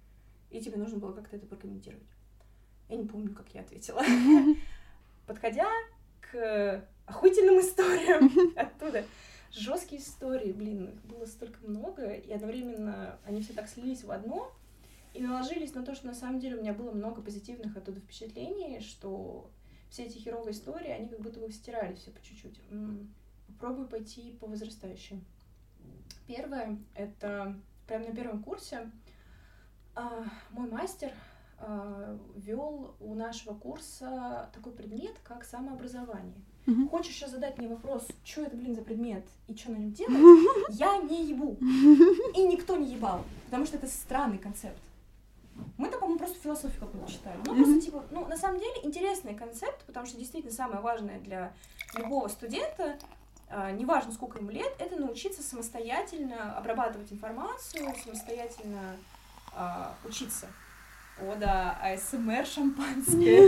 и тебе нужно было как-то это прокомментировать. Я не помню, как я ответила. Подходя к охуительным историям оттуда. Жесткие истории, блин, их было столько много, и одновременно они все так слились в одно, и наложились на то, что на самом деле у меня было много позитивных оттуда впечатлений, что все эти херовые истории, они как будто бы стирались все по чуть-чуть. Попробую пойти по возрастающим. Первое, это прямо на первом курсе а, мой мастер а, вел у нашего курса такой предмет, как самообразование. Mm-hmm. Хочешь сейчас задать мне вопрос, что это, блин, за предмет и что на нем делать? Mm-hmm. Я не ебу. И никто не ебал, потому что это странный концепт. Мы-то, по-моему, просто философию какую-то читали. Ну, mm-hmm. просто, типа, ну, на самом деле, интересный концепт, потому что действительно самое важное для любого студента, а, неважно, сколько ему лет, это научиться самостоятельно обрабатывать информацию, самостоятельно а, учиться. О, да, АСМР шампанское.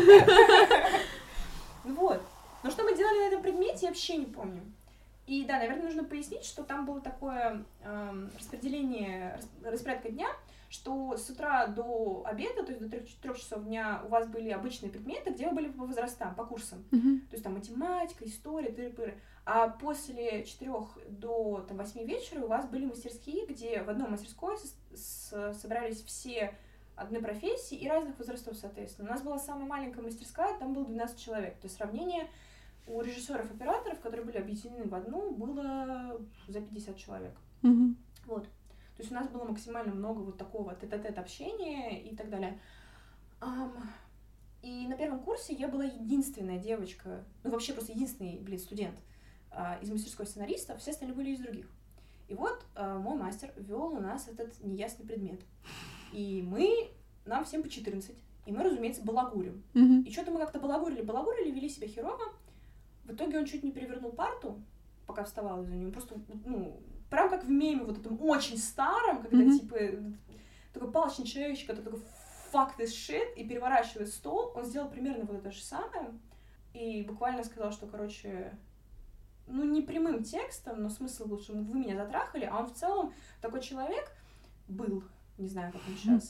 Вот. Но что мы делали на этом предмете, я вообще не помню. И да, наверное, нужно пояснить, что там было такое э, распределение, распорядка дня, что с утра до обеда, то есть до трех часов дня у вас были обычные предметы, где вы были по возрастам, по курсам. Mm-hmm. То есть там математика, история, тыры-пыры. А после четырех до там, восьми вечера у вас были мастерские, где в одной мастерской с- с- собрались все одной профессии и разных возрастов, соответственно. У нас была самая маленькая мастерская, там было двенадцать человек. То есть сравнение у режиссеров-операторов, которые были объединены в одну, было за пятьдесят человек. Mm-hmm. Вот. То есть у нас было максимально много вот такого тет-а-тет общения и так далее. Um, и на первом курсе я была единственная девочка, ну вообще просто единственный, блин, студент uh, из мастерской сценаристов, все остальные были из других. И вот uh, мой мастер вел у нас этот неясный предмет. И мы, нам всем по четырнадцать, и мы, разумеется, балагурим. Mm-hmm. И что-то мы как-то балагурили, балагурили, вели себя херово. В итоге он чуть не перевернул парту, пока вставал из-за него. Просто, ну, прям как в меме вот этом очень старом, когда, mm-hmm. типа, такой палочный человечек, который такой fuck this shit, и переворачивает стол. Он сделал примерно вот это же самое. И буквально сказал, что, короче, ну, не прямым текстом, но смысл был, что вы меня затрахали, а он в целом такой человек был, не знаю, как он сейчас,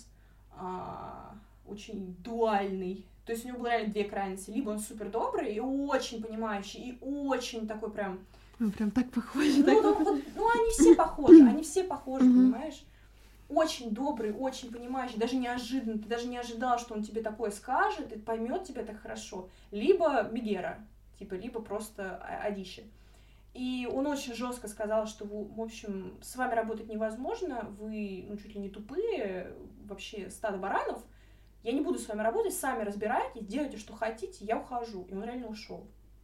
а, очень дуальный. То есть у него было реально две крайности. Либо он супер добрый и очень понимающий, и очень такой прям... Ну, прям так похожи. Ну, так ну, вот, ну они все похожи, они все похожи, mm-hmm. понимаешь? Очень добрый, очень понимающий, даже неожиданно. Ты даже не ожидал, что он тебе такое скажет и поймет тебя так хорошо. Либо Мегера, типа, либо просто одище. И он очень жестко сказал, что, в общем, с вами работать невозможно, вы, ну, чуть ли не тупые, вообще стадо баранов. Я не буду с вами работать, сами разбирайтесь, делайте, что хотите, я ухожу. И он реально ушел.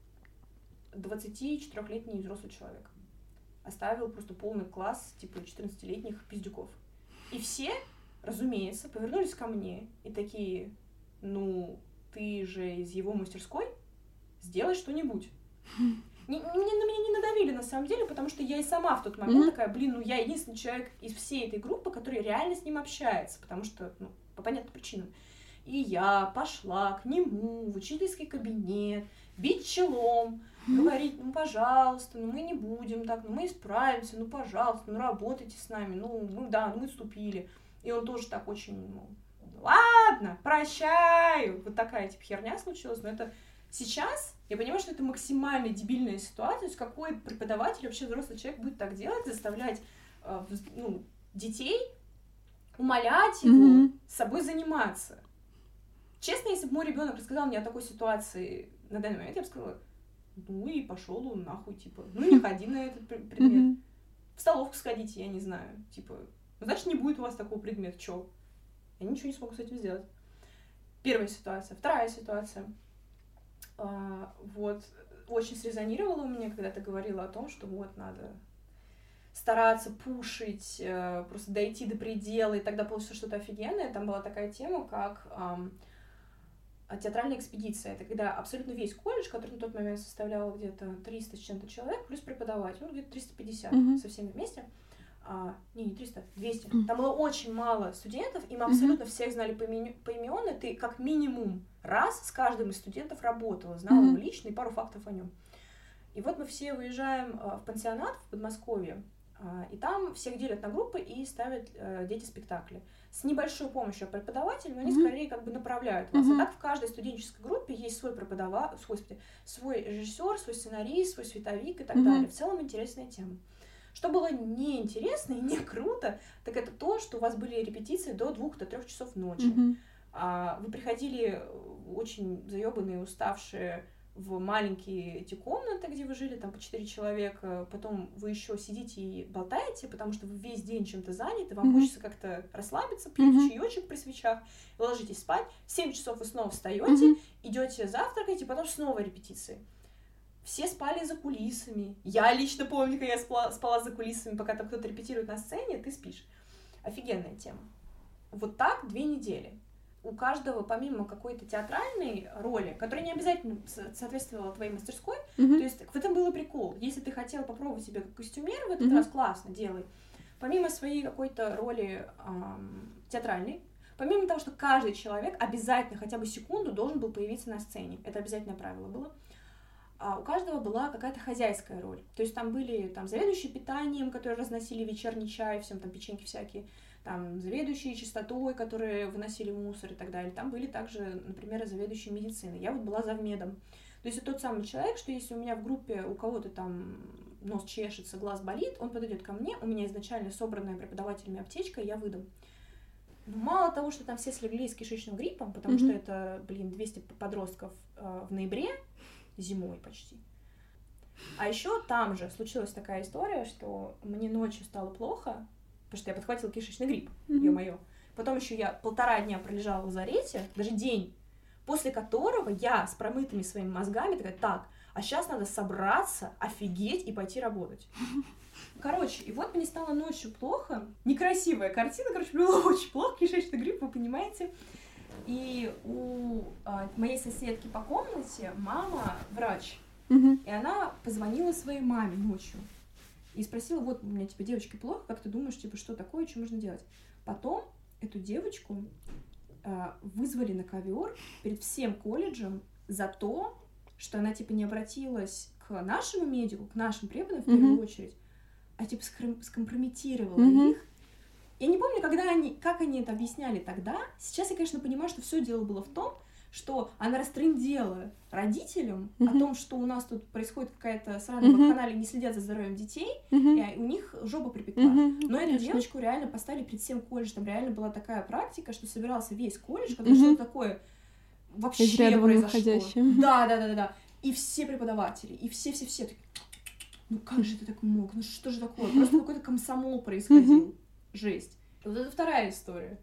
двадцатичетырёхлетний взрослый человек. Оставил просто полный класс, типа, четырнадцатилетних пиздюков. И все, разумеется, повернулись ко мне и такие, ну, ты же из его мастерской, сделай что-нибудь. Не, не, на меня не надавили, на самом деле, потому что я и сама в тот момент mm-hmm. такая, блин, ну я единственный человек из всей этой группы, который реально с ним общается, потому что, ну, по понятным причинам. И я пошла к нему в учительский кабинет, бить челом, mm-hmm. говорить, ну, пожалуйста, ну, мы не будем так, ну, мы исправимся, ну, пожалуйста, ну, работайте с нами, ну, ну да, ну, мы отступили. И он тоже так очень, ну, ладно, прощаю. Вот такая, типа, херня случилась, но это сейчас я понимаю, что это максимально дебильная ситуация, то есть какой преподаватель, вообще взрослый человек будет так делать, заставлять э, ну, детей умолять его mm-hmm. с собой заниматься. Честно, если бы мой ребенок рассказал мне о такой ситуации на данный момент, я бы сказала, ну и пошел он нахуй, типа, ну не ходи на этот предмет. Mm-hmm. В столовку сходите, я не знаю, типа, ну, значит, не будет у вас такого предмета, чё? Я ничего не смогу с этим сделать. Первая ситуация. Вторая ситуация. Uh, вот, очень срезонировало у меня, когда ты говорила о том, что вот, надо стараться пушить, uh, просто дойти до предела, и тогда получится что-то офигенное. Там была такая тема, как um, театральная экспедиция. Это когда абсолютно весь колледж, который на тот момент составлял где-то триста с чем-то человек, плюс преподаватель, ну, где-то триста пятьдесят mm-hmm. со всеми вместе. А, не, не триста, двести. Mm-hmm. Там было очень мало студентов, и мы абсолютно mm-hmm. всех знали по имени, и ты как минимум раз с каждым из студентов работала, знала mm-hmm. его лично и пару фактов о нем. И вот мы все выезжаем а, в пансионат в Подмосковье, И там всех делят на группы и ставят э, дети спектакли. С небольшой помощью преподавателей, но они mm-hmm. скорее как бы направляют вас. Mm-hmm. А так в каждой студенческой группе есть свой преподаватель, свой, свой режиссер, свой сценарист, свой световик и так mm-hmm. далее. В целом интересная тема. Что было неинтересно и не круто, так это то, что у вас были репетиции до двух, до трех часов ночи. Mm-hmm. А вы приходили очень заебанные, уставшие в маленькие эти комнаты, где вы жили, там по четыре человека, потом вы еще сидите и болтаете, потому что вы весь день чем-то заняты, вам mm-hmm. хочется как-то расслабиться, пьете mm-hmm. чаечек при свечах, вы ложитесь спать, в семь часов вы снова встаете, mm-hmm. идете завтракаете, потом снова репетиции. Все спали за кулисами. Я лично помню, как я спала, спала за кулисами, пока там кто-то репетирует на сцене, ты спишь. Офигенная тема. Вот так две недели. У каждого, помимо какой-то театральной роли, которая не обязательно соответствовала твоей мастерской, mm-hmm. то есть в этом был прикол. Если ты хотела попробовать себя как костюмер в этот mm-hmm. раз, классно, делай. Помимо своей какой-то роли эм, театральной, помимо того, что каждый человек обязательно хотя бы секунду должен был появиться на сцене, это обязательное правило было, а у каждого была какая-то хозяйская роль. То есть там были там, заведующие питанием, которые разносили вечерний чай, всем там печеньки всякие, там заведующие чистотой, которые выносили мусор и так далее. Там были также, например, заведующие медициной. Я вот была завмедом. То есть это тот самый человек, что если у меня в группе у кого-то там нос чешется, глаз болит, он подойдет ко мне, у меня изначально собранная преподавателями аптечка, я выдам. Но мало того, что там все слегли с кишечным гриппом, потому mm-hmm. что это, блин, двести подростков э, в ноябре, зимой почти. А еще там же случилась такая история, что мне ночью стало плохо, потому что я подхватила кишечный грипп, mm-hmm. ё-моё. Потом еще я полтора дня пролежала в лазарете, даже день, после которого я с промытыми своими мозгами такая, так, а сейчас надо собраться, офигеть и пойти работать. Короче, и вот мне стало ночью плохо, некрасивая картина, короче, было очень плохо, кишечный грипп, вы понимаете. И у а, моей соседки по комнате мама врач, mm-hmm. и она позвонила своей маме ночью и спросила, вот у меня, типа, девочке плохо, как ты думаешь, типа, что такое, что можно делать? Потом эту девочку а, вызвали на ковер перед всем колледжем за то, что она, типа, не обратилась к нашему медику, к нашим преподам в первую mm-hmm. очередь, а, типа, ском- скомпрометировала mm-hmm. их. Я не помню, когда они, как они это объясняли тогда. Сейчас я, конечно, понимаю, что все дело было в том, что она растрындела родителям mm-hmm. о том, что у нас тут происходит какая-то сраная mm-hmm. вакханалия, не следят за здоровьем детей, mm-hmm. и у них жопа припекла. Mm-hmm. Но эту девочку реально поставили перед всем колледжем. Там реально была такая практика, что собирался весь колледж, когда mm-hmm. что-то такое вообще произошло. Да, да, да, да, да. И все преподаватели, и все-все-все такие, ну как же ты так мог? Ну что же такое? Просто какой-то комсомол происходил. Mm-hmm. Жесть. Вот это вторая история.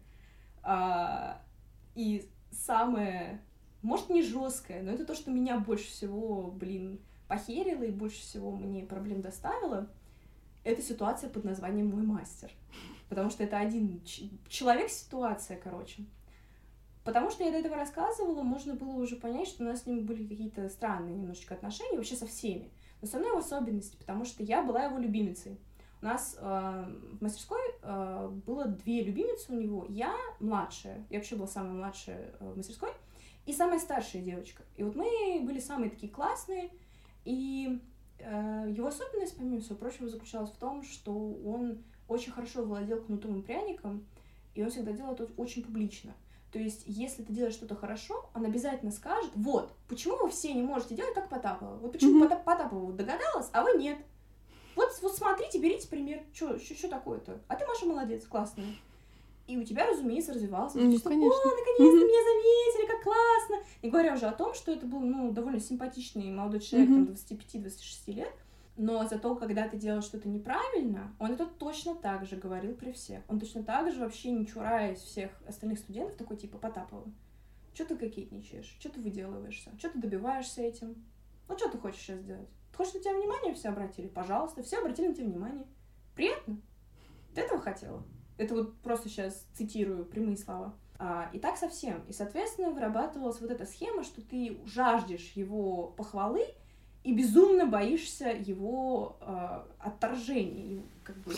А, и самое, может, не жесткое, но это то, что меня больше всего, блин, похерило и больше всего мне проблем доставило. Это ситуация под названием «Мой мастер». Потому что это один ч- человек-ситуация, короче. Потому что я до этого рассказывала, можно было уже понять, что у нас с ним были какие-то странные немножечко отношения, вообще со всеми. Но со мной в особенности, потому что я была его любимицей. У нас э, в мастерской э, было две любимицы у него. Я младшая, я вообще была самая младшая э, в мастерской, и самая старшая девочка. И вот мы были самые такие классные, и э, его особенность, помимо всего прочего, заключалась в том, что он очень хорошо владел кнутом и пряником, и он всегда делал это очень публично. То есть, если ты делаешь что-то хорошо, он обязательно скажет, вот, почему вы все не можете делать, как Потапова? Вот почему mm-hmm. Потапова догадалась, а вы нет? Вот, вот смотрите, берите пример. Что такое-то? А ты, Маша, молодец, классная. И у тебя, разумеется, развивался. Ну, что, о, наконец-то mm-hmm. меня заметили, как классно. Не говоря уже о том, что это был, ну, довольно симпатичный молодой человек, mm-hmm. там, двадцать пять - двадцать шесть лет. Но зато, когда ты делал что-то неправильно, он это точно так же говорил при всех. Он точно так же, вообще не чураясь всех остальных студентов, такой типа Потапова. Что ты кокетничаешь? Что ты выделываешься? Что ты добиваешься этим? Ну, что ты хочешь сейчас сделать? Ты хочешь, на тебя внимание все обратили? Пожалуйста, все обратили на тебя внимание. Приятно? Ты этого хотела? Это вот просто сейчас цитирую прямые слова. А, и так совсем. И, соответственно, вырабатывалась вот эта схема, что ты жаждешь его похвалы и безумно боишься его э, отторжения. Как бы...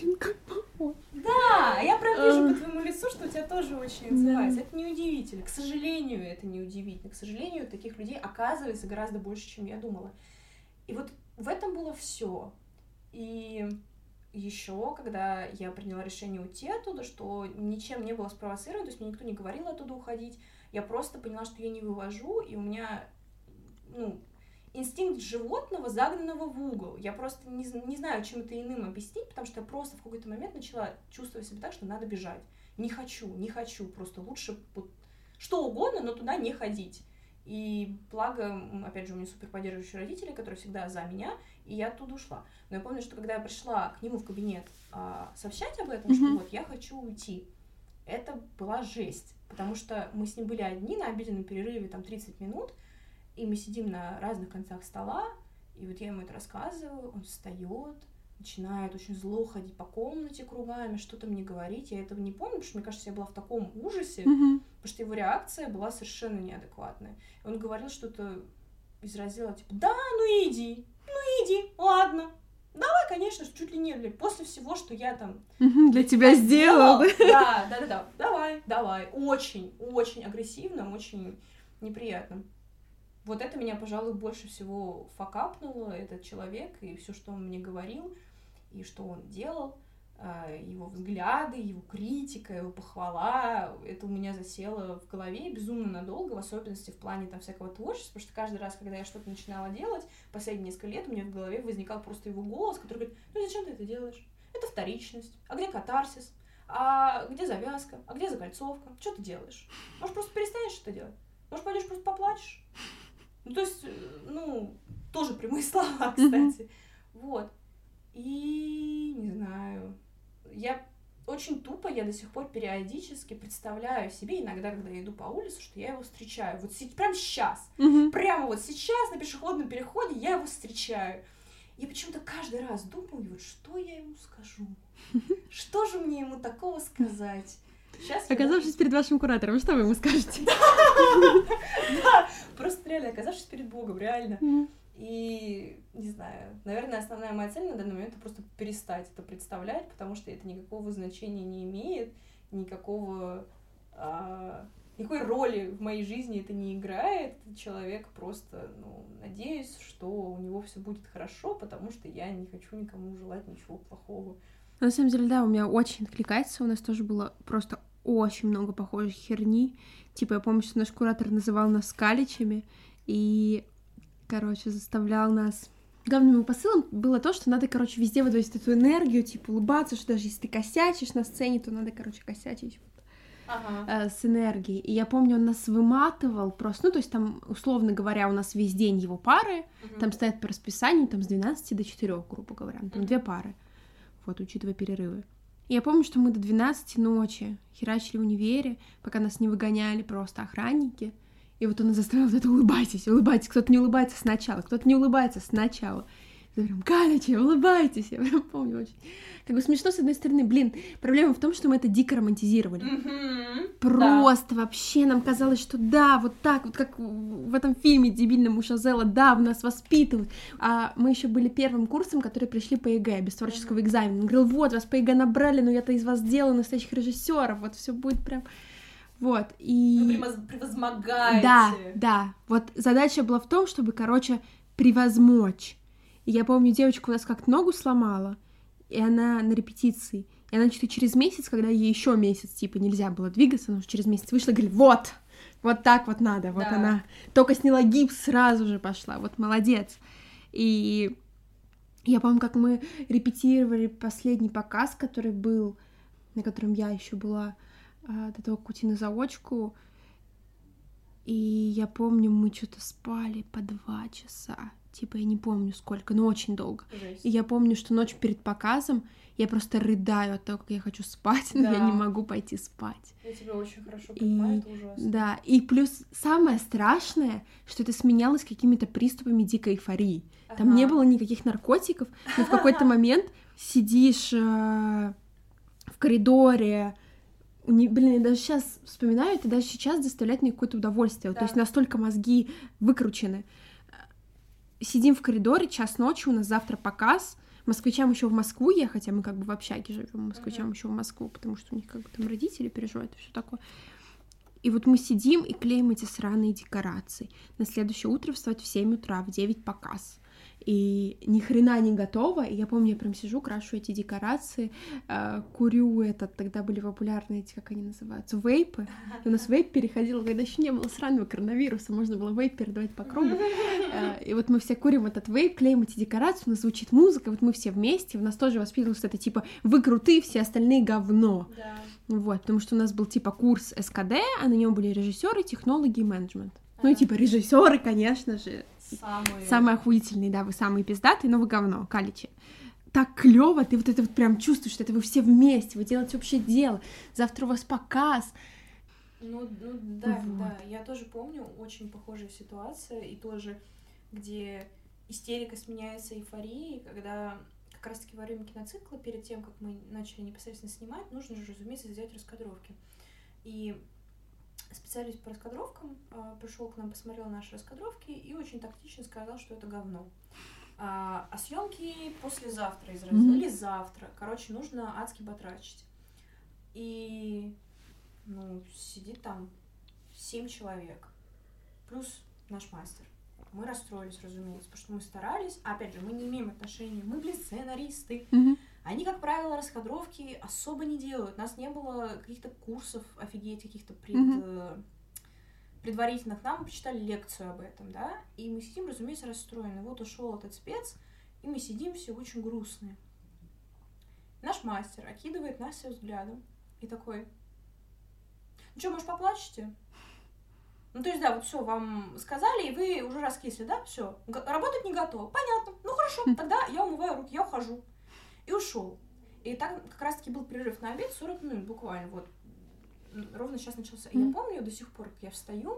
Да, я прям вижу по твоему лицу, что у тебя тоже очень называется. Это неудивительно. К сожалению, это неудивительно. К сожалению, таких людей оказывается гораздо больше, чем я думала. И вот в этом было все. И еще, когда я приняла решение уйти оттуда, что ничем не было спровоцировано, то есть мне никто не говорил оттуда уходить, я просто поняла, что я не вывожу, и у меня, ну, инстинкт животного, загнанного в угол. Я просто не, не знаю, чем это иным объяснить, потому что я просто в какой-то момент начала чувствовать себя так, что надо бежать. Не хочу, не хочу, просто лучше вот, что угодно, но туда не ходить. И благо, опять же, у меня супер поддерживающие родители, которые всегда за меня, и я оттуда ушла. Но я помню, что когда я пришла к нему в кабинет а, сообщать об этом, mm-hmm. что вот я хочу уйти, это была жесть, потому что мы с ним были одни на обеденном перерыве, там, тридцать минут, и мы сидим на разных концах стола, и вот я ему это рассказываю, он встает, начинает очень зло ходить по комнате кругами, что-то мне говорить. Я этого не помню, потому что, мне кажется, я была в таком ужасе, mm-hmm. потому что его реакция была совершенно неадекватная. И он говорил что-то из раздела, типа, да, ну иди, ну иди, ладно. Давай, конечно, чуть ли не, после всего, что я там... Mm-hmm, для тебя сделал. Да, да, да, да, давай, давай. Очень, очень агрессивно, очень неприятно. Вот это меня, пожалуй, больше всего факапнуло, этот человек, и все, что он мне говорил, и что он делал, его взгляды, его критика, его похвала, это у меня засело в голове безумно надолго, в особенности в плане там всякого творчества, потому что каждый раз, когда я что-то начинала делать, последние несколько лет у меня в голове возникал просто его голос, который говорит, ну зачем ты это делаешь? Это вторичность, а где катарсис? А где завязка? А где закольцовка? Что ты делаешь? Может, просто перестанешь это делать? Может, пойдешь просто поплачешь? Ну, то есть, ну, тоже прямые слова, кстати. Mm-hmm. Вот. И, не знаю, я очень тупо, я до сих пор периодически представляю себе, иногда, когда я иду по улице, что я его встречаю. Вот прямо сейчас, mm-hmm. прямо вот сейчас на пешеходном переходе я его встречаю. Я почему-то каждый раз думаю, вот что я ему скажу? Что же мне ему такого сказать? Сейчас оказавшись я... перед вашим куратором, что вы ему скажете? Да, просто реально, оказавшись перед Богом, реально. И, не знаю, наверное, основная моя цель на данный момент — это просто перестать это представлять, потому что это никакого значения не имеет, никакого, а, никакой роли в моей жизни это не играет. Человек просто, ну, надеюсь, что у него все будет хорошо, потому что я не хочу никому желать ничего плохого. На самом деле, да, у меня очень откликается, у нас тоже было просто очень много похожей херни. Типа, я помню, что наш куратор называл нас скаличами и, короче, заставлял нас... Главным его посылом было то, что надо, короче, везде выдавать эту энергию, типа, улыбаться, что даже если ты косячишь на сцене, то надо, короче, косячить вот, ага. э, с энергией. И я помню, он нас выматывал просто, ну, то есть там, условно говоря, у нас весь день его пары, угу. там стоят по расписанию, там с двенадцати до четырёх, грубо говоря, там угу. две пары. Вот, учитывая перерывы. И я помню, что мы до двенадцати ночи херачили в универе, пока нас не выгоняли просто охранники. И вот он нас заставлял вот это улыбайтесь, улыбайтесь. Кто-то не улыбается сначала, кто-то не улыбается сначала. Я прям, Галичи, улыбайтесь. Я прям помню очень. Как бы смешно, с одной стороны. Блин, проблема в том, что мы это дико романтизировали. Mm-hmm. Просто да. Вообще нам казалось, что да, вот так, вот как в этом фильме дебильном у Шазела, да, в нас воспитывают. А мы еще были первым курсом, которые пришли по ЕГЭ, без творческого mm-hmm. экзамена. Он говорил, вот, вас по ЕГЭ набрали, но я-то из вас делаю настоящих режиссеров. Вот все будет прям... Вот, и... Вы превозмогаете. Да, да. Вот задача была в том, чтобы, короче, превозмочь. И я помню, девочка у нас как-то ногу сломала, и она на репетиции. И она что-то через месяц, когда ей еще месяц, типа, нельзя было двигаться, она уже через месяц вышла и говорит, вот, вот так вот надо. Вот да. Она только сняла гипс, сразу же пошла. Вот молодец. И я помню, как мы репетировали последний показ, который был, на котором я еще была, до того, как уйти на заочку. И я помню, мы что-то спали по два часа. Типа, я не помню сколько, но очень долго. Жесть. И я помню, что ночь перед показом я просто рыдаю от того, как я хочу спать, но да. я не могу пойти спать. Я тебя очень хорошо понимаю, и... это ужасно. Да, и плюс самое страшное, что это сменялось какими-то приступами дикой эйфории. Ага. Там не было никаких наркотиков, но в какой-то момент сидишь э, в коридоре. Не, блин, я даже сейчас вспоминаю, это даже сейчас доставляет мне какое-то удовольствие. Да. То есть настолько мозги выкручены. Сидим в коридоре, час ночи, у нас завтра показ. Москвичам еще в Москву ехать, а мы как бы в общаге живем, москвичам uh-huh. еще в Москву, потому что у них как бы там родители переживают и все такое. И вот мы сидим и клеим эти сраные декорации. На следующее утро вставать в семь утра, в девять показ. и ни хрена не готово, и я помню, я прям сижу, крашу эти декорации, э, курю этот, тогда были популярны эти, как они называются, вейпы, и у нас вейп переходил, когда еще не было сраного коронавируса, можно было вейп передавать по кругу, э, и вот мы все курим этот вейп, клеим эти декорации, у нас звучит музыка, вот мы все вместе, у нас тоже воспитывалось это типа «вы крутые, все остальные говно», да. Вот, потому что у нас был типа курс эс ка дэ, а на нем были режиссеры, технологи и менеджмент. Ну и типа режиссеры, конечно же, самые... самые охуительные, да, вы самые пиздатые, но вы говно, каличи. Так клево, ты вот это вот прям чувствуешь, что это вы все вместе, вы делаете общее дело, завтра у вас показ. Ну, ну да, Вот. да, я тоже помню очень похожая ситуация, и тоже, где истерика сменяется эйфорией, когда как раз-таки во время киноцикла, перед тем, как мы начали непосредственно снимать, нужно же, разумеется, сделать раскадровки. И специалист по раскадровкам э, пришел к нам, посмотрел наши раскадровки и очень тактично сказал, что это говно. А, а съемки послезавтра из разряда, Mm-hmm. или завтра. Короче, нужно адски батрачить. И ну, сидит там семь человек, плюс наш мастер. Мы расстроились, разумеется, потому что мы старались. Опять же, мы не имеем отношения, мы, блин, сценаристы. Mm-hmm. Они, как правило, раскадровки особо не делают. У нас не было каких-то курсов, офигеть, каких-то пред... mm-hmm. предварительно к нам. Мы прочитали лекцию об этом, да, и мы сидим, разумеется, расстроены. Вот ушел этот спец, и мы сидим все очень грустные. Наш мастер окидывает нас всё взглядом и такой: ну что, может, поплачете? Ну, то есть, да, вот все, вам сказали, и вы уже раскисли, да, все, работать не готово. Понятно. Ну, хорошо, тогда я умываю руки, я ухожу. И ушел. И так как раз-таки был перерыв на обед, сорок минут буквально, вот, ровно сейчас начался. И я помню до сих пор, как я встаю,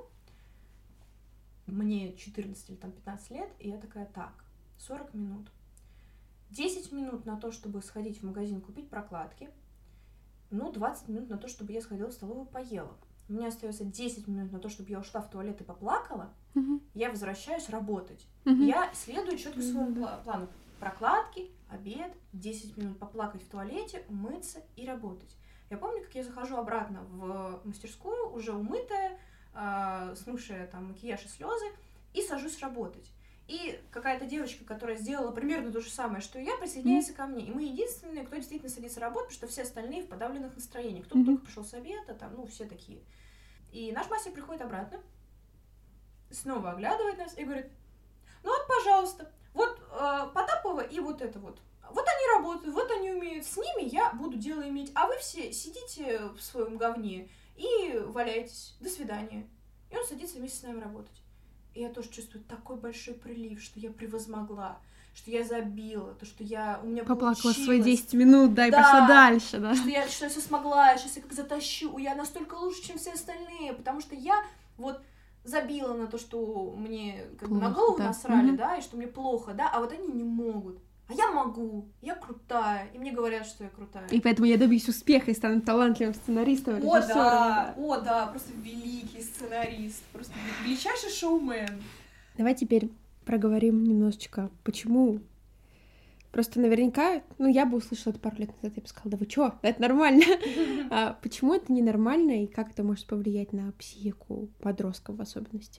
мне четырнадцать или там пятнадцать лет, и я такая: так, сорок минут. десять минут на то, чтобы сходить в магазин, купить прокладки, ну, двадцать минут на то, чтобы я сходила в столовую, поела. У меня остается десять минут на то, чтобы я ушла в туалет и поплакала, Mm-hmm. я возвращаюсь работать. Mm-hmm. Я следую четко своему Mm-hmm. плану. Прокладки, обед, десять минут поплакать в туалете, умыться и работать. Я помню, как я захожу обратно в мастерскую, уже умытая, э, смывшая там макияж и слезы, и сажусь работать. И какая-то девочка, которая сделала примерно то же самое, что и я, присоединяется mm-hmm. ко мне. И мы единственные, кто действительно садится работать, потому что все остальные в подавленных настроениях. Кто-то mm-hmm. только пришел с обеда, там, ну, все такие. И наш мастер приходит обратно, снова оглядывает нас и говорит: ну вот, пожалуйста, вот э, Потапова и вот это вот. Вот они работают, вот они умеют, с ними я буду дело иметь, а вы все сидите в своем говне и валяетесь. До свидания. И он садится вместе с нами работать. И я тоже чувствую такой большой прилив, что я превозмогла, что я забила, то, что я, у меня поплакала получилось. свои десять минут, да, и да, пошла дальше, да. Что я, что я все смогла, сейчас я как затащу, я настолько лучше, чем все остальные, потому что я вот забила на то, что мне как бы на голову да. насрали, mm-hmm. да, и что мне плохо, да, а вот они не могут. А я могу, я крутая, и мне говорят, что я крутая. И поэтому я добьюсь успеха и стану талантливым сценаристом, режиссером. О, да, да. о, да, просто великий сценарист, просто величайший шоумен. Давай теперь проговорим немножечко, почему. Просто наверняка, ну, я бы услышала это пару лет назад, я бы сказала: да вы чё, это нормально. А почему это ненормально, и как это может повлиять на психику подростков в особенности?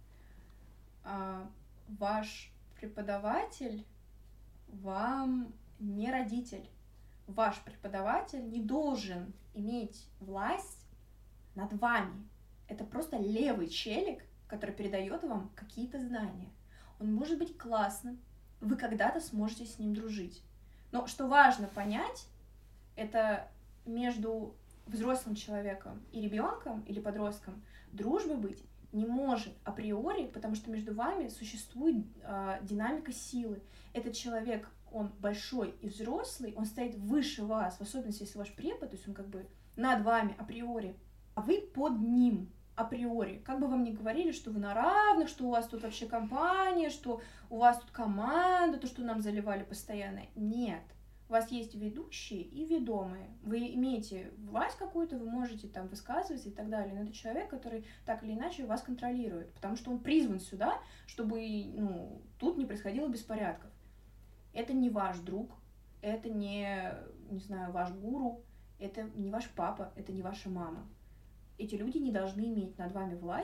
А, ваш преподаватель вам не родитель. Ваш преподаватель не должен иметь власть над вами. Это просто левый челик, который передает вам какие-то знания. Он может быть классным, вы когда-то сможете с ним дружить. Но что важно понять, это между взрослым человеком и ребенком или подростком дружбы быть не может априори, потому что между вами существует э, динамика силы. Этот человек, он большой и взрослый, он стоит выше вас, в особенности, если ваш препод, то есть он как бы над вами априори, а вы под ним априори. Как бы вам ни говорили, что вы на равных, что у вас тут вообще компания, что у вас тут команда, то, что нам заливали постоянно. Нет. У вас есть ведущие и ведомые. Вы имеете власть какую-то, вы можете там высказываться и так далее. Но это человек, который так или иначе вас контролирует, потому что он призван сюда, чтобы, ну, тут не происходило беспорядков. Это не ваш друг, это не, не знаю, ваш гуру, это не ваш папа, это не ваша мама. Эти люди не должны иметь над вами власть,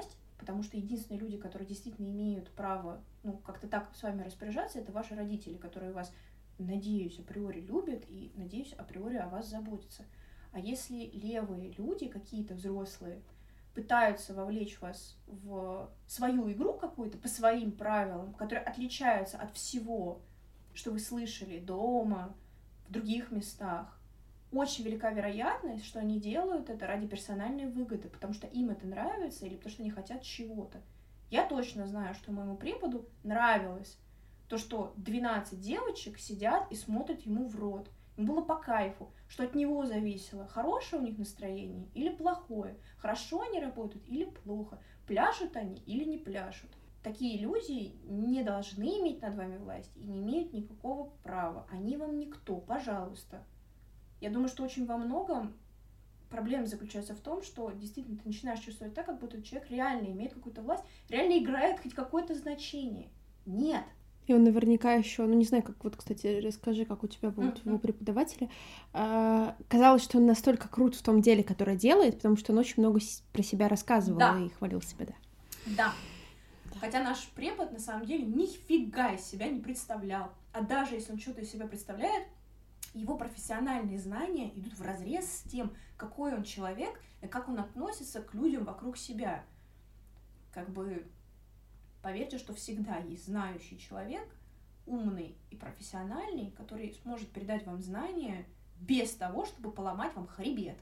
потому что единственные люди, которые действительно имеют право, ну, как-то так с вами распоряжаться, это ваши родители, которые вас, надеюсь, априори любят и, надеюсь, априори о вас заботятся. А если левые люди, какие-то взрослые, пытаются вовлечь вас в свою игру какую-то по своим правилам, которые отличаются от всего, что вы слышали дома, в других местах, очень велика вероятность, что они делают это ради персональной выгоды, потому что им это нравится или потому что они хотят чего-то. Я точно знаю, что моему преподу нравилось то, что двенадцать девочек сидят и смотрят ему в рот. Им было по кайфу, что от него зависело, хорошее у них настроение или плохое, хорошо они работают или плохо, пляшут они или не пляшут. Такие люди не должны иметь над вами власть и не имеют никакого права. Они вам никто, пожалуйста. Я думаю, что очень во многом проблема заключается в том, что действительно ты начинаешь чувствовать так, как будто человек реально имеет какую-то власть, реально играет хоть какое-то значение. Нет. И он наверняка еще, ну не знаю, как вот, кстати, расскажи, как у тебя был Mm-hmm. твоего преподавателя. А, казалось, что он настолько крут в том деле, которое делает, потому что он очень много про себя рассказывал да. и хвалил себя, да. Да. Хотя наш препод на самом деле нифига из себя не представлял. А даже если он что-то из себя представляет, его профессиональные знания идут вразрез с тем, какой он человек и как он относится к людям вокруг себя. Как бы поверьте, что всегда есть знающий человек, умный и профессиональный, который сможет передать вам знания без того, чтобы поломать вам хребет.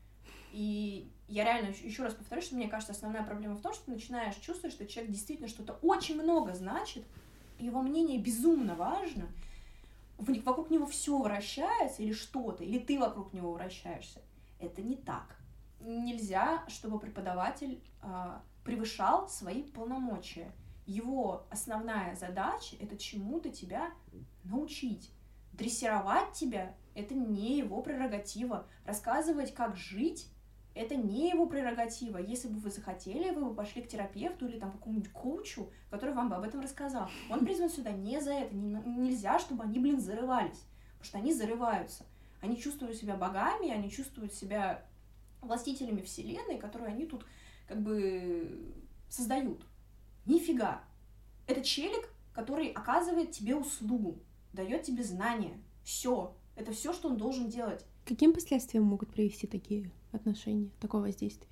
И я реально еще раз повторю, что мне кажется, основная проблема в том, что ты начинаешь чувствовать, что человек действительно что-то очень много значит, его мнение безумно важно, вокруг него все вращается или что-то, или ты вокруг него вращаешься. Это не так. Нельзя, чтобы преподаватель а, превышал свои полномочия. Его основная задача — это чему-то тебя научить. Дрессировать тебя — это не его прерогатива. Рассказывать, как жить — это не его прерогатива. Если бы вы захотели, вы бы пошли к терапевту или там какому-нибудь коучу, который вам бы об этом рассказал. Он призван сюда не за это. Не, нельзя, чтобы они, блин, зарывались. Потому что они зарываются. Они чувствуют себя богами, они чувствуют себя властителями вселенной, которую они тут как бы создают. Нифига. Это челик, который оказывает тебе услугу, дает тебе знания. Все. Это все, что он должен делать. Каким последствиям могут привести такие отношения, такое воздействие?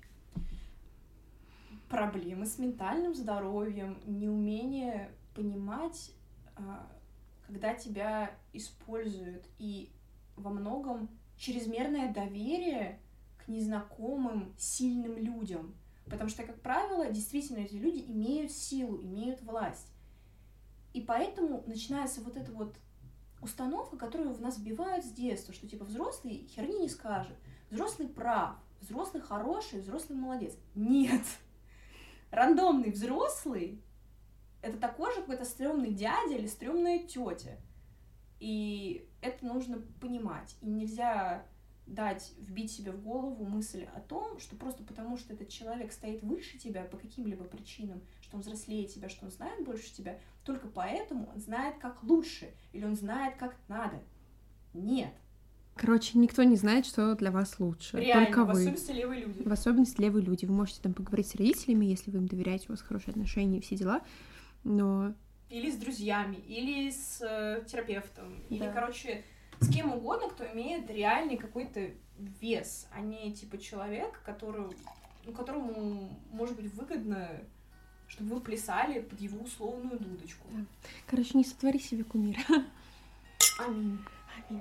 Проблемы с ментальным здоровьем, неумение понимать, когда тебя используют, и во многом чрезмерное доверие к незнакомым, сильным людям. Потому что, как правило, действительно эти люди имеют силу, имеют власть. И поэтому начинается вот эта вот установка, которую в нас вбивают с детства, что типа взрослый херни не скажет, взрослый прав, взрослый хороший, взрослый молодец. Нет! Рандомный взрослый — это такой же какой-то стрёмный дядя или стрёмная тетя. И это нужно понимать. И нельзя дать вбить себе в голову мысль о том, что просто потому, что этот человек стоит выше тебя по каким-либо причинам, что он взрослее тебя, что он знает больше тебя, только поэтому он знает, как лучше, или он знает, как надо. Нет. Короче, никто не знает, что для вас лучше. Реально, только в вы. особенности левые люди. В особенности левые люди. Вы можете там поговорить с родителями, если вы им доверяете, у вас хорошие отношения и все дела, но... Или с друзьями, или с э, терапевтом, да. Или, короче, с кем угодно, кто имеет реальный какой-то вес, а не типа человек, который, ну, которому может быть выгодно, чтобы вы плясали под его условную дудочку. Да. Короче, не сотвори себе кумира. Аминь. Аминь.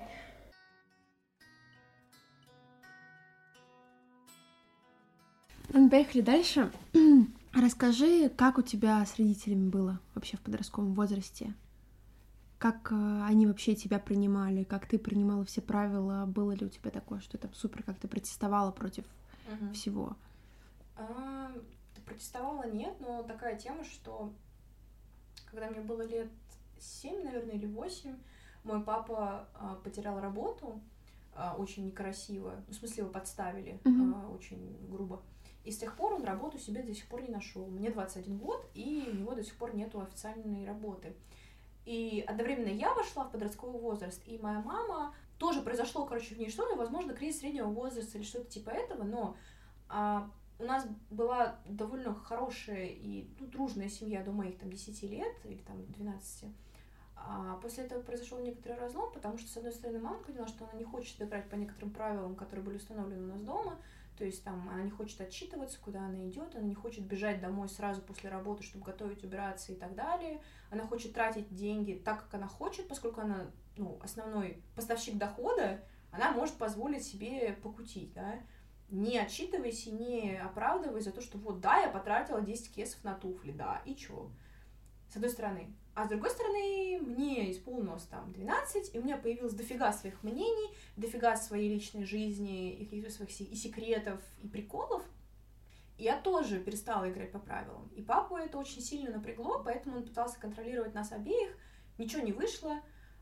Ну, поехали дальше. Расскажи, как у тебя с родителями было вообще в подростковом возрасте? Как э, они вообще тебя принимали? Как ты принимала все правила? Было ли у тебя такое, что там супер как-то протестовала против угу. всего? А, протестовала нет, но такая тема, что когда мне было лет семь, наверное, или восемь, мой папа а, потерял работу а, очень некрасиво. Ну, в смысле, его подставили угу. а, очень грубо. И с тех пор он работу себе до сих пор не нашел. Мне двадцать один год, и у него до сих пор нету официальной работы. И одновременно я вошла в подростковый возраст, и моя мама... Тоже произошло, короче, в ней что-то, возможно, кризис среднего возраста или что-то типа этого, но а, у нас была довольно хорошая и ну, дружная семья до моих там десяти лет или там двенадцати. А после этого произошел некоторый разлом, потому что, с одной стороны, мама поняла, что она не хочет играть по некоторым правилам, которые были установлены у нас дома. То есть там она не хочет отчитываться, куда она идет, она не хочет бежать домой сразу после работы, чтобы готовить, убираться и так далее. Она хочет тратить деньги так, как она хочет, поскольку она ну, основной поставщик дохода, она может позволить себе покутить, да. Не отчитывайся, не оправдывай за то, что вот, да, я потратила десять кесов на туфли, да, и чё? С одной стороны. А с другой стороны, мне исполнилось там двенадцать, и у меня появилось дофига своих мнений, дофига своей личной жизни, и каких-то своих и секретов, и приколов. И я тоже перестала играть по правилам. И папу это очень сильно напрягло, поэтому он пытался контролировать нас обеих. Ничего не вышло.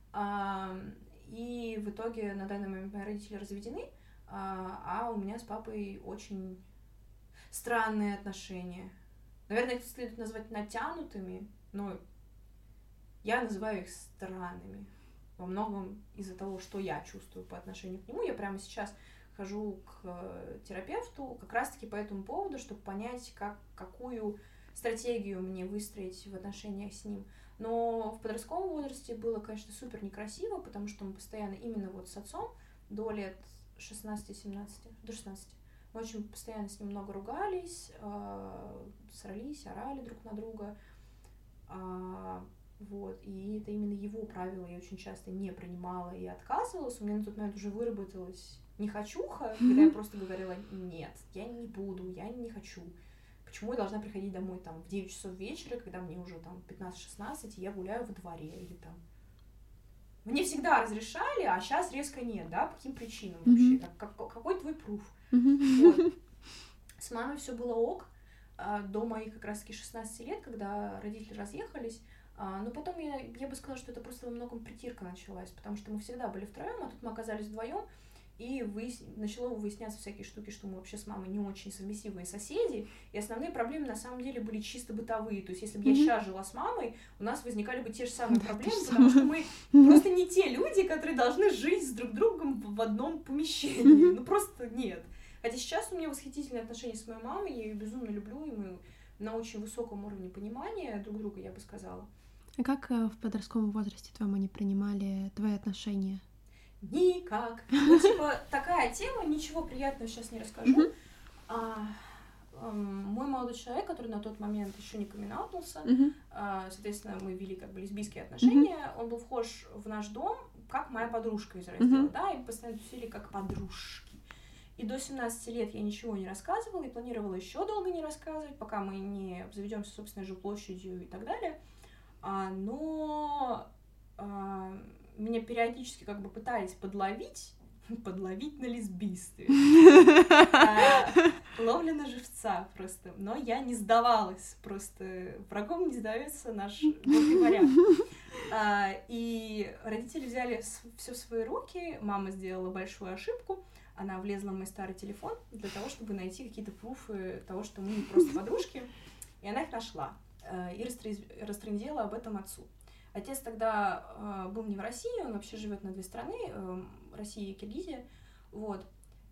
И в итоге на данный момент мои родители разведены, а у меня с папой очень странные отношения. Наверное, их следует назвать натянутыми, но я называю их странными. Во многом из-за того, что я чувствую по отношению к нему. Я прямо сейчас хожу к терапевту как раз-таки по этому поводу, чтобы понять, как, какую стратегию мне выстроить в отношениях с ним. Но в подростковом возрасте было, конечно, супер некрасиво, потому что мы постоянно именно вот с отцом до лет шестнадцати-семнадцати, до шестнадцати, мы очень постоянно с ним много ругались, э, срались, орали друг на друга. А, вот, и это именно его правила я очень часто не принимала и отказывалась. У меня на тот момент уже выработалась нехочуха, когда я просто говорила: нет, я не буду, я не хочу. Почему я должна приходить домой там в девять часов вечера, когда мне уже там пятнадцать-шестнадцать, и я гуляю во дворе или там... Мне всегда разрешали, а сейчас резко нет, да? По каким причинам вообще? Mm-hmm. Как, как, какой твой пруф? Mm-hmm. Вот. С мамой все было ок до моих как раз-таки шестнадцати лет, когда родители разъехались. Но потом я, я бы сказала, что это просто во многом притирка началась, потому что мы всегда были втроем, а тут мы оказались вдвоем, и выяс... начало выясняться всякие штуки, что мы вообще с мамой не очень совместимые соседи, и основные проблемы на самом деле были чисто бытовые. То есть если бы я mm-hmm. сейчас жила с мамой, у нас возникали бы те же самые проблемы, потому что мы просто не те люди, которые должны жить с друг другом в одном помещении. Ну просто нет. Хотя сейчас у меня восхитительные отношения с моей мамой, я ее безумно люблю, и мы на очень высоком уровне понимания друг друга, я бы сказала. А как в подростковом возрасте твоим они принимали твои отношения? Никак. Ну, типа, такая тема, ничего приятного сейчас не расскажу. Uh-huh. А, а, мой молодой человек, который на тот момент еще не камин-аутнулся, uh-huh. а, соответственно, мы вели как бы лесбийские отношения, uh-huh. он был вхож в наш дом, как моя подружка из раздела, uh-huh. да, и постоянно тусили как подружки. И до семнадцати лет я ничего не рассказывала, и планировала еще долго не рассказывать, пока мы не обзаведемся собственной жилплощадью и так далее. А, но а, меня периодически как бы пытались подловить, подловить на лесбийстве. А, ловля на живца просто. Но я не сдавалась. Просто врагом не сдается наш добрый моряк. А, и родители взяли все в свои руки. Мама сделала большую ошибку. Она влезла в мой старый телефон для того, чтобы найти какие-то пруфы того, что мы не просто подружки. И она их нашла. И растрындела об этом отцу. Отец тогда э, был не в России, он вообще живет на две страны, э, Россия и Киргизия, вот.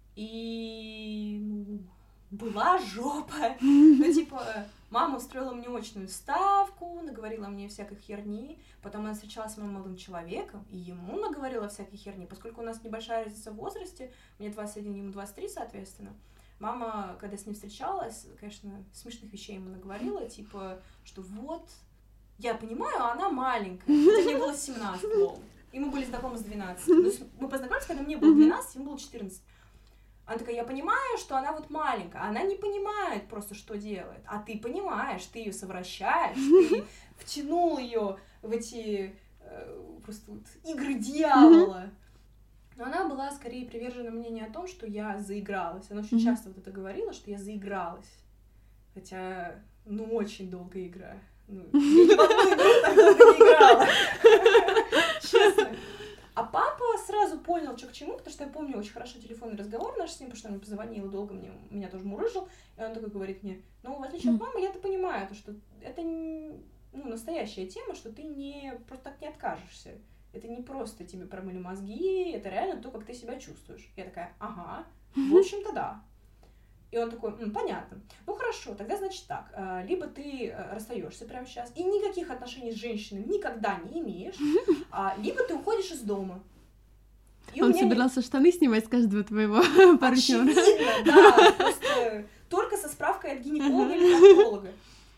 И ну, была жопа. Ну, типа, мама устроила мне очную ставку, наговорила мне всякой херни, потом она встречалась с моим молодым человеком, и ему наговорила всякой херни, поскольку у нас небольшая разница в возрасте, мне двадцать один, ему двадцать три, соответственно. Мама, когда с ним встречалась, конечно, смешных вещей ему наговорила, типа, что вот, я понимаю, она маленькая, хотя мне было семнадцать, лол, и мы были знакомы с двенадцати. То есть мы познакомились, когда мне было двенадцать, ему было четырнадцать. Она такая: я понимаю, что она вот маленькая, она не понимает просто, что делает, а ты понимаешь, ты ее совращаешь, ты втянул ее в эти э, просто вот игры дьявола. Но она была скорее привержена мнению о том, что я заигралась. Она очень mm-hmm. часто вот это говорила, что я заигралась. Хотя, ну, очень долгая игра. Ну, я ни в одну игру так долго не играла. Честно. А папа сразу понял, что к чему, потому что я помню очень хорошо телефонный разговор наш с ним, потому что он мне позвонил, долго мне, меня тоже мурыжил, и он такой говорит мне: ну, в отличие от мамы, я-то понимаю, то, что это ну, настоящая тема, что ты не просто так не откажешься. Это не просто тебе промыли мозги, это реально то, как ты себя чувствуешь. Я такая: ага, в общем-то да. И он такой, М, понятно. Ну хорошо, тогда значит так. э, Либо ты э, расстаешься прямо сейчас и никаких отношений с женщиной никогда не имеешь, а, либо ты уходишь из дома. И у Он меня не- собирался штаны снимать с каждого твоего партнера. Очевидно, да, просто только со справкой от гинеколога или проктолога.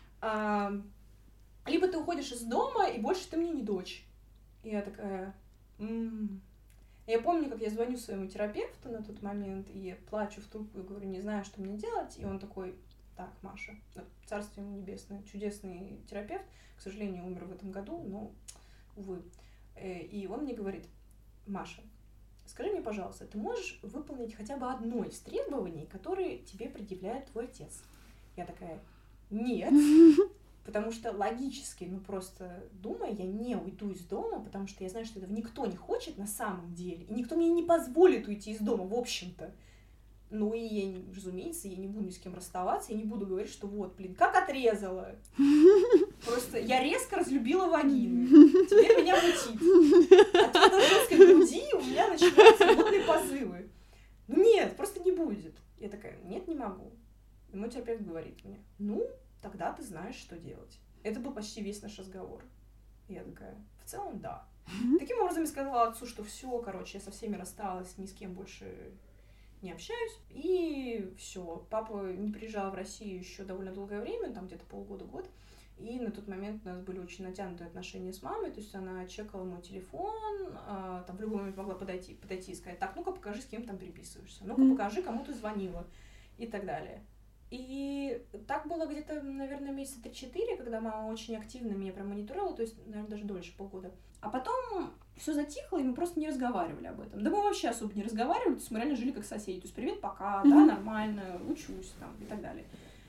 А, Либо ты уходишь из дома, и больше ты мне не дочь. И я такая... «М». Я помню, как я звоню своему терапевту на тот момент, и плачу в трубку, и говорю, не знаю, что мне делать. И он такой, так, Маша, ну, царствие ему небесное, чудесный терапевт, к сожалению, умер в этом году, но, увы. Э, И он мне говорит, Маша, скажи мне, пожалуйста, ты можешь выполнить хотя бы одно из требований, которые тебе предъявляет твой отец? Я такая, нет, потому что логически, ну просто думая, я не уйду из дома, потому что я знаю, что этого никто не хочет на самом деле, и никто мне не позволит уйти из дома, в общем-то. Ну и, я, не- разумеется, я не буду ни с кем расставаться, я не буду говорить, что вот, блин, как отрезала. Просто я резко разлюбила вагины. Теперь меня мутит. От этой женской груди у меня начинаются водные позывы. Ну нет, просто не будет. Я такая, нет, не могу. И мой терапевт говорит мне, ну, тогда ты знаешь, что делать. Это был почти весь наш разговор. И я такая, в целом, да. Таким образом, я сказала отцу, что все, короче, я со всеми рассталась, ни с кем больше не общаюсь. И все. Папа не приезжал в Россию еще довольно долгое время, там где-то полгода-год. И на тот момент у нас были очень натянутые отношения с мамой, то есть она чекала мой телефон, а, там в любой момент могла подойти, подойти и сказать, так, ну-ка покажи, с кем там переписываешься, ну-ка Мгм. покажи, кому ты звонила и так далее. И так было где-то, наверное, месяца три-четыре, когда мама очень активно меня прям мониторила, то есть, наверное, даже дольше, полгода. А потом все затихло, и мы просто не разговаривали об этом. Да мы вообще особо не разговаривали, то есть мы реально жили как соседи. То есть привет, пока, да, Мгм. нормально, учусь там и так далее.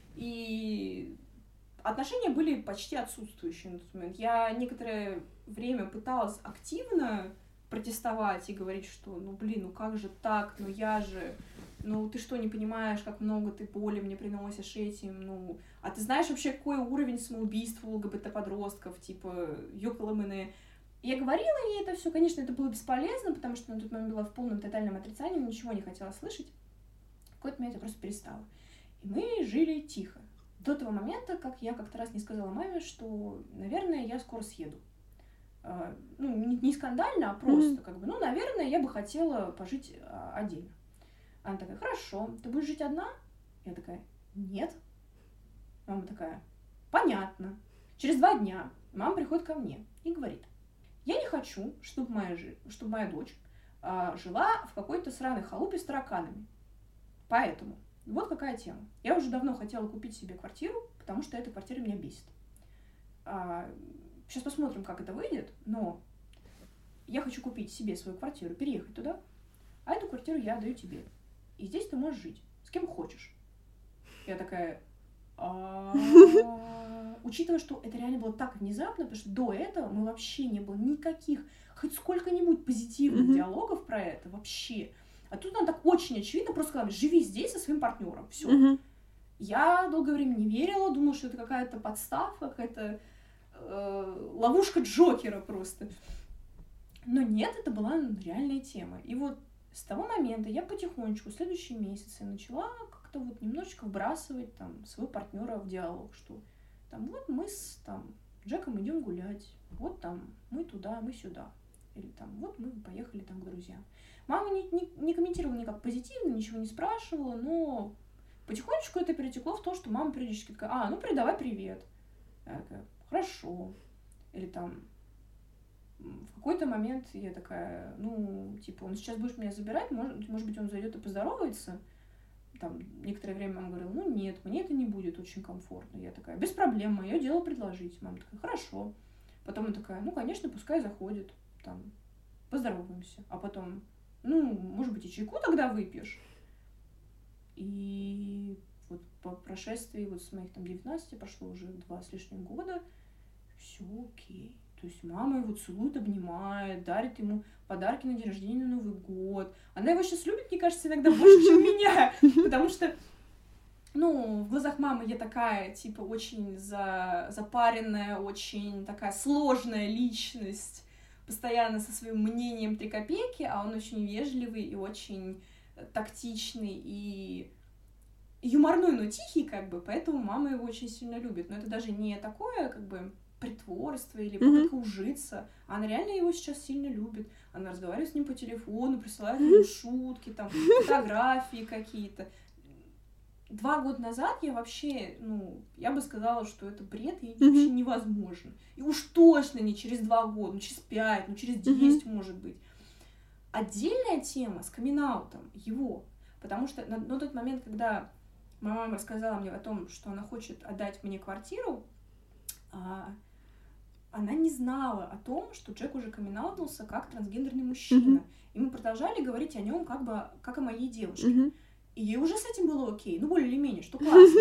И отношения были почти отсутствующие на тот момент. Я некоторое время пыталась активно протестовать и говорить, что, ну, блин, ну как же так, ну я же... Ну, ты что, не понимаешь, как много ты боли мне приносишь этим, ну... А ты знаешь вообще, какой уровень самоубийств у ЛГБТ-подростков, типа, ёкаламэне? Я говорила ей это все, конечно, это было бесполезно, потому что на тот момент была в полном тотальном отрицании, ничего не хотела слышать. В какой-то момент я просто перестала. И мы жили тихо. До того момента, как я как-то раз не сказала маме, что, наверное, я скоро съеду. А, ну, не, не скандально, а просто, Мгм. как бы, ну, наверное, я бы хотела пожить а, отдельно. Она такая, хорошо, ты будешь жить одна? Я такая, нет. Мама такая, понятно. Через два дня мама приходит ко мне и говорит, я не хочу, чтобы моя, жи- чтобы моя дочь а, жила в какой-то сраной халупе с тараканами. Поэтому вот какая тема. Я уже давно хотела купить себе квартиру, потому что эта квартира меня бесит. А, сейчас посмотрим, как это выйдет, но я хочу купить себе свою квартиру, переехать туда, а эту квартиру я отдаю тебе. И здесь ты можешь жить с кем хочешь. Я такая... «А-а-а». Учитывая, что это реально было так внезапно, потому что до этого мы вообще не было никаких, хоть сколько-нибудь позитивных Мгм. диалогов про это, вообще. А тут она так очень очевидно просто сказала, живи здесь со своим партнером, все. Мгм. Я долгое время не верила, думала, что это какая-то подставка, какая-то э, ловушка Джокера просто. Но нет, это была реальная тема. И вот с того момента я потихонечку, в следующие месяцы, начала как-то вот немножечко вбрасывать там своего партнера в диалог, что там вот мы с там, Джеком идем гулять, вот там мы туда, мы сюда. Или там вот мы поехали там к друзьям. Мама не, не, не комментировала никак позитивно, ничего не спрашивала, но потихонечку это перетекло в то, что мама периодически такая, а, ну передавай привет. Я такая, хорошо. Или там в какой-то момент я такая, ну, типа, он сейчас будет меня забирать, может, может быть, он зайдет и поздоровается. Там некоторое время мама говорила, ну нет, мне это не будет очень комфортно. Я такая, без проблем, мое дело предложить. Мама такая, хорошо. Потом я такая, ну, конечно, пускай заходит, там, поздороваемся. А потом, ну, может быть, и чайку тогда выпьешь. И вот по прошествии вот с моих там девятнадцати прошло уже два с лишним года, все окей. То есть мама его целует, обнимает, дарит ему подарки на день рождения, на Новый год. Она его сейчас любит, мне кажется, иногда больше, чем меня. Потому что, ну, в глазах мамы я такая, типа, очень за... запаренная, очень такая сложная личность, постоянно со своим мнением три копейки, а он очень вежливый и очень тактичный, и... И юморной, но тихий, как бы, поэтому мама его очень сильно любит. Но это даже не такое, как бы, притворство или попытка mm-hmm. ужиться. Она реально его сейчас сильно любит. Она разговаривает с ним по телефону, присылает ему mm-hmm. шутки, там, фотографии какие-то. Два года назад я вообще, ну, я бы сказала, что это бред и mm-hmm. вообще невозможно. И уж точно не через два года, ну, через пять, ну, через десять, mm-hmm. может быть. Отдельная тема с камин-аутом его, потому что на, на тот момент, когда моя мама рассказала мне о том, что она хочет отдать мне квартиру, а, она не знала о том, что Джек уже камин-аутнулся как трансгендерный мужчина. Mm-hmm. И мы продолжали говорить о нем как бы как о моей девушке. Mm-hmm. И ей уже с этим было окей, ну, более или менее, что классно.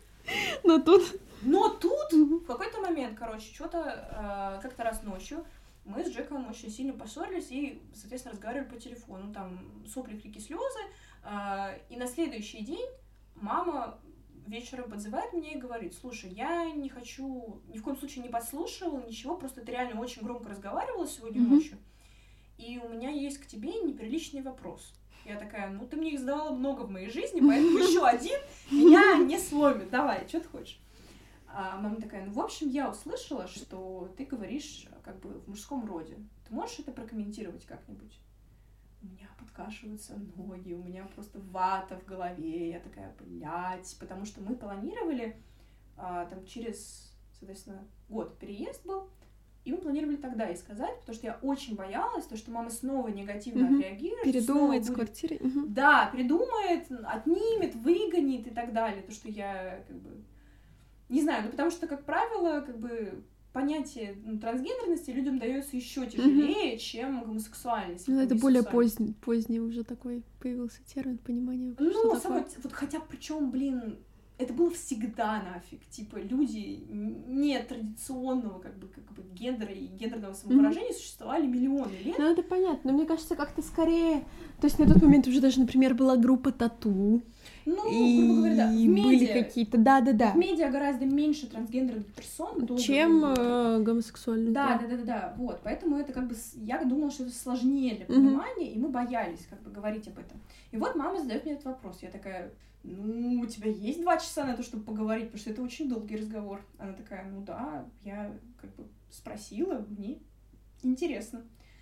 Но тут... Но тут mm-hmm. в какой-то момент, короче, что-то э, как-то раз ночью мы с Джеком очень сильно поссорились и, соответственно, разговаривали по телефону. Там сопли, крики, слезы. Э, и на следующий день мама вечером подзывает меня и говорит: слушай, я не хочу, ни в коем случае не подслушивала ничего, просто ты реально очень громко разговаривала сегодня mm-hmm. ночью, и у меня есть к тебе неприличный вопрос. Я такая: ну ты мне их задавала много в моей жизни, поэтому еще один меня не сломит. Давай, что ты хочешь? А мама такая: ну в общем, я услышала, что ты говоришь как бы в мужском роде. Ты можешь это прокомментировать как-нибудь? У меня подкашиваются ноги, у меня просто вата в голове, я такая: блядь, потому что мы планировали а, там через, соответственно, год переезд был, и мы планировали тогда и сказать, потому что я очень боялась, то, что мама снова негативно mm-hmm. отреагирует. Передумает с будет... квартирой. Mm-hmm. Да, передумает, отнимет, выгонит и так далее, то, что я как бы... Не знаю, ну потому что, как правило, как бы... понятие ну, трансгендерности людям дается еще тяжелее, mm-hmm. чем гомосексуальность. Ну, это более поздний, поздний уже такой появился термин понимания. Ну, само, вот хотя причем, блин, это было всегда нафиг. Типа, люди не традиционного как бы, как бы гендера и гендерного самовыражения mm-hmm. существовали миллионы лет. Ну, это понятно, но мне кажется, как-то скорее... То есть на тот момент уже даже, например, была группа тату. Ну, и грубо говоря, да. В были медиа, какие-то, да-да-да. В медиа гораздо меньше трансгендерных персон, чем э, гомосексуальных. Да, да, да, да, да, вот, поэтому это как бы, я думала, что это сложнее для понимания, mm-hmm. и мы боялись как бы говорить об этом. И вот мама задает мне этот вопрос, я такая: ну, у тебя есть два часа на то, чтобы поговорить, потому что это очень долгий разговор. Она такая: ну да, я как бы спросила, мне интересно.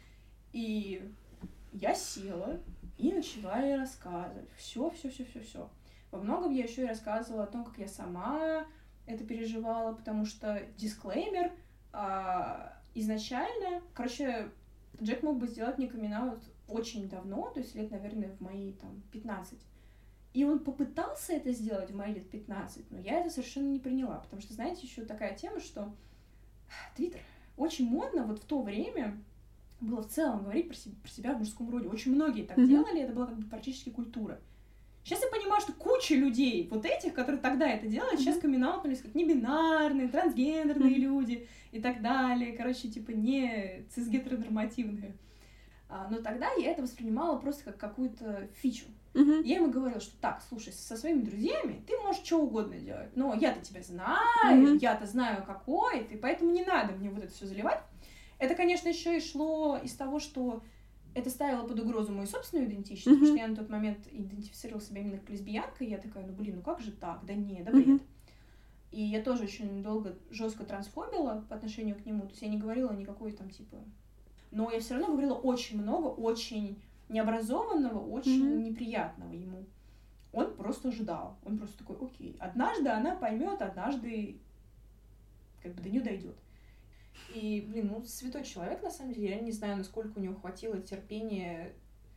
И я села и начала ей рассказывать. Все, все, все, все, все. Во многом я еще и рассказывала о том, как я сама это переживала, потому что дисклеймер а, изначально, короче, Джек мог бы сделать мне камин-аут очень давно, то есть лет, наверное, в мои там пятнадцать. И он попытался это сделать в мои лет пятнадцать, но я это совершенно не приняла, потому что, знаете, еще такая тема, что Твиттер очень модно вот в то время было в целом говорить про себя, про себя в мужском роде. Очень многие так mm-hmm. делали, это была как бы практически культура. Сейчас я понимаю, что куча людей, вот этих, которые тогда это делали, mm-hmm. сейчас камин-аутнулись как небинарные, трансгендерные mm-hmm. люди и так далее. Короче, типа не цисгетеронормативные. А, но тогда я это воспринимала просто как какую-то фичу. Mm-hmm. Я ему говорила, что так, слушай, со своими друзьями ты можешь что угодно делать, но я-то тебя знаю, mm-hmm. я-то знаю, какой ты, поэтому не надо мне вот это все заливать. Это, конечно, еще и шло из того, что это ставило под угрозу мою собственную идентичность, mm-hmm. потому что я на тот момент идентифицировала себя именно как лесбиянка, и я такая: ну блин, ну как же так? Да не, да бред. Mm-hmm. И я тоже очень долго жестко трансфобила по отношению к нему, то есть я не говорила никакой там типа... Но я все равно говорила очень много, очень необразованного, очень mm-hmm. неприятного ему. Он просто ждал, он просто такой: окей, однажды она поймет, однажды как бы до нее дойдет. И, блин, ну, святой человек, на самом деле. Я не знаю, насколько у него хватило терпения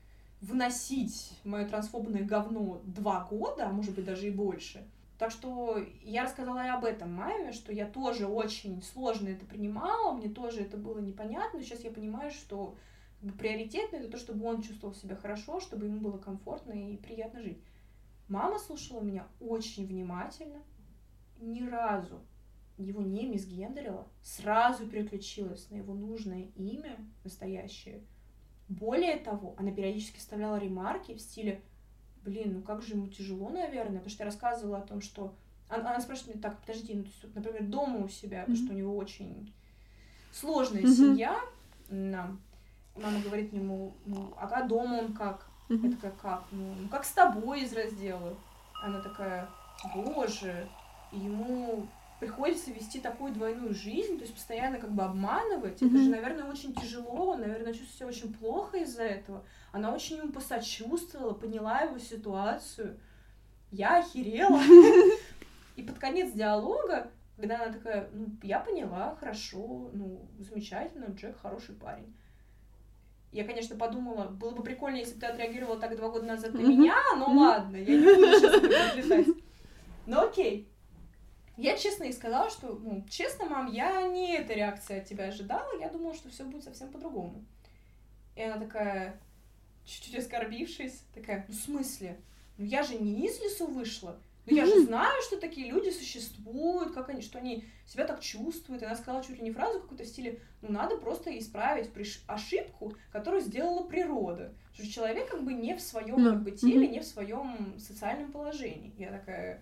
выносить мое трансфобное говно два года, а может быть, даже и больше. Так что я рассказала и об этом маме, что я тоже очень сложно это принимала, мне тоже это было непонятно. Сейчас я понимаю, что как бы приоритетно это то, чтобы он чувствовал себя хорошо, чтобы ему было комфортно и приятно жить. Мама слушала меня очень внимательно, ни разу его не мисгендерила, сразу переключилась на его нужное имя, настоящее. Более того, она периодически вставляла ремарки в стиле: блин, ну как же ему тяжело, наверное, потому что я рассказывала о том, что... Она, она спрашивает меня: так, подожди, ну, то есть, например, дома у себя, потому mm-hmm. что у него очень сложная mm-hmm. семья. Да. Мама говорит ему: ну, а дома он как? Mm-hmm. Я такая: как? Ну, ну, как с тобой из раздела. Она такая: боже, ему приходится вести такую двойную жизнь, то есть постоянно как бы обманывать. Mm-hmm. Это же, наверное, очень тяжело, он, наверное, чувствует себя очень плохо из-за этого. Она очень ему посочувствовала, поняла его ситуацию. Я охерела. И под конец диалога, когда она такая, ну, я поняла, хорошо, ну, замечательно, Джек хороший парень. Я, конечно, подумала, было бы прикольно, если бы ты отреагировала так два года назад на меня, но ладно, я не буду сейчас это приплетать. Но окей. Я честно ей сказала, что, ну, честно, мам, я не этой реакции от тебя ожидала, я думала, что все будет совсем по-другому. И она такая, чуть-чуть оскорбившись, такая, ну, в смысле? Ну, я же не из лесу вышла. Ну, я же знаю, что такие люди существуют, как они, что они себя так чувствуют. И она сказала чуть ли не фразу какую-то в стиле, ну, надо просто исправить приш... ошибку, которую сделала природа. Что человек как бы не в своем как бы, теле, не в своем социальном положении. Я такая,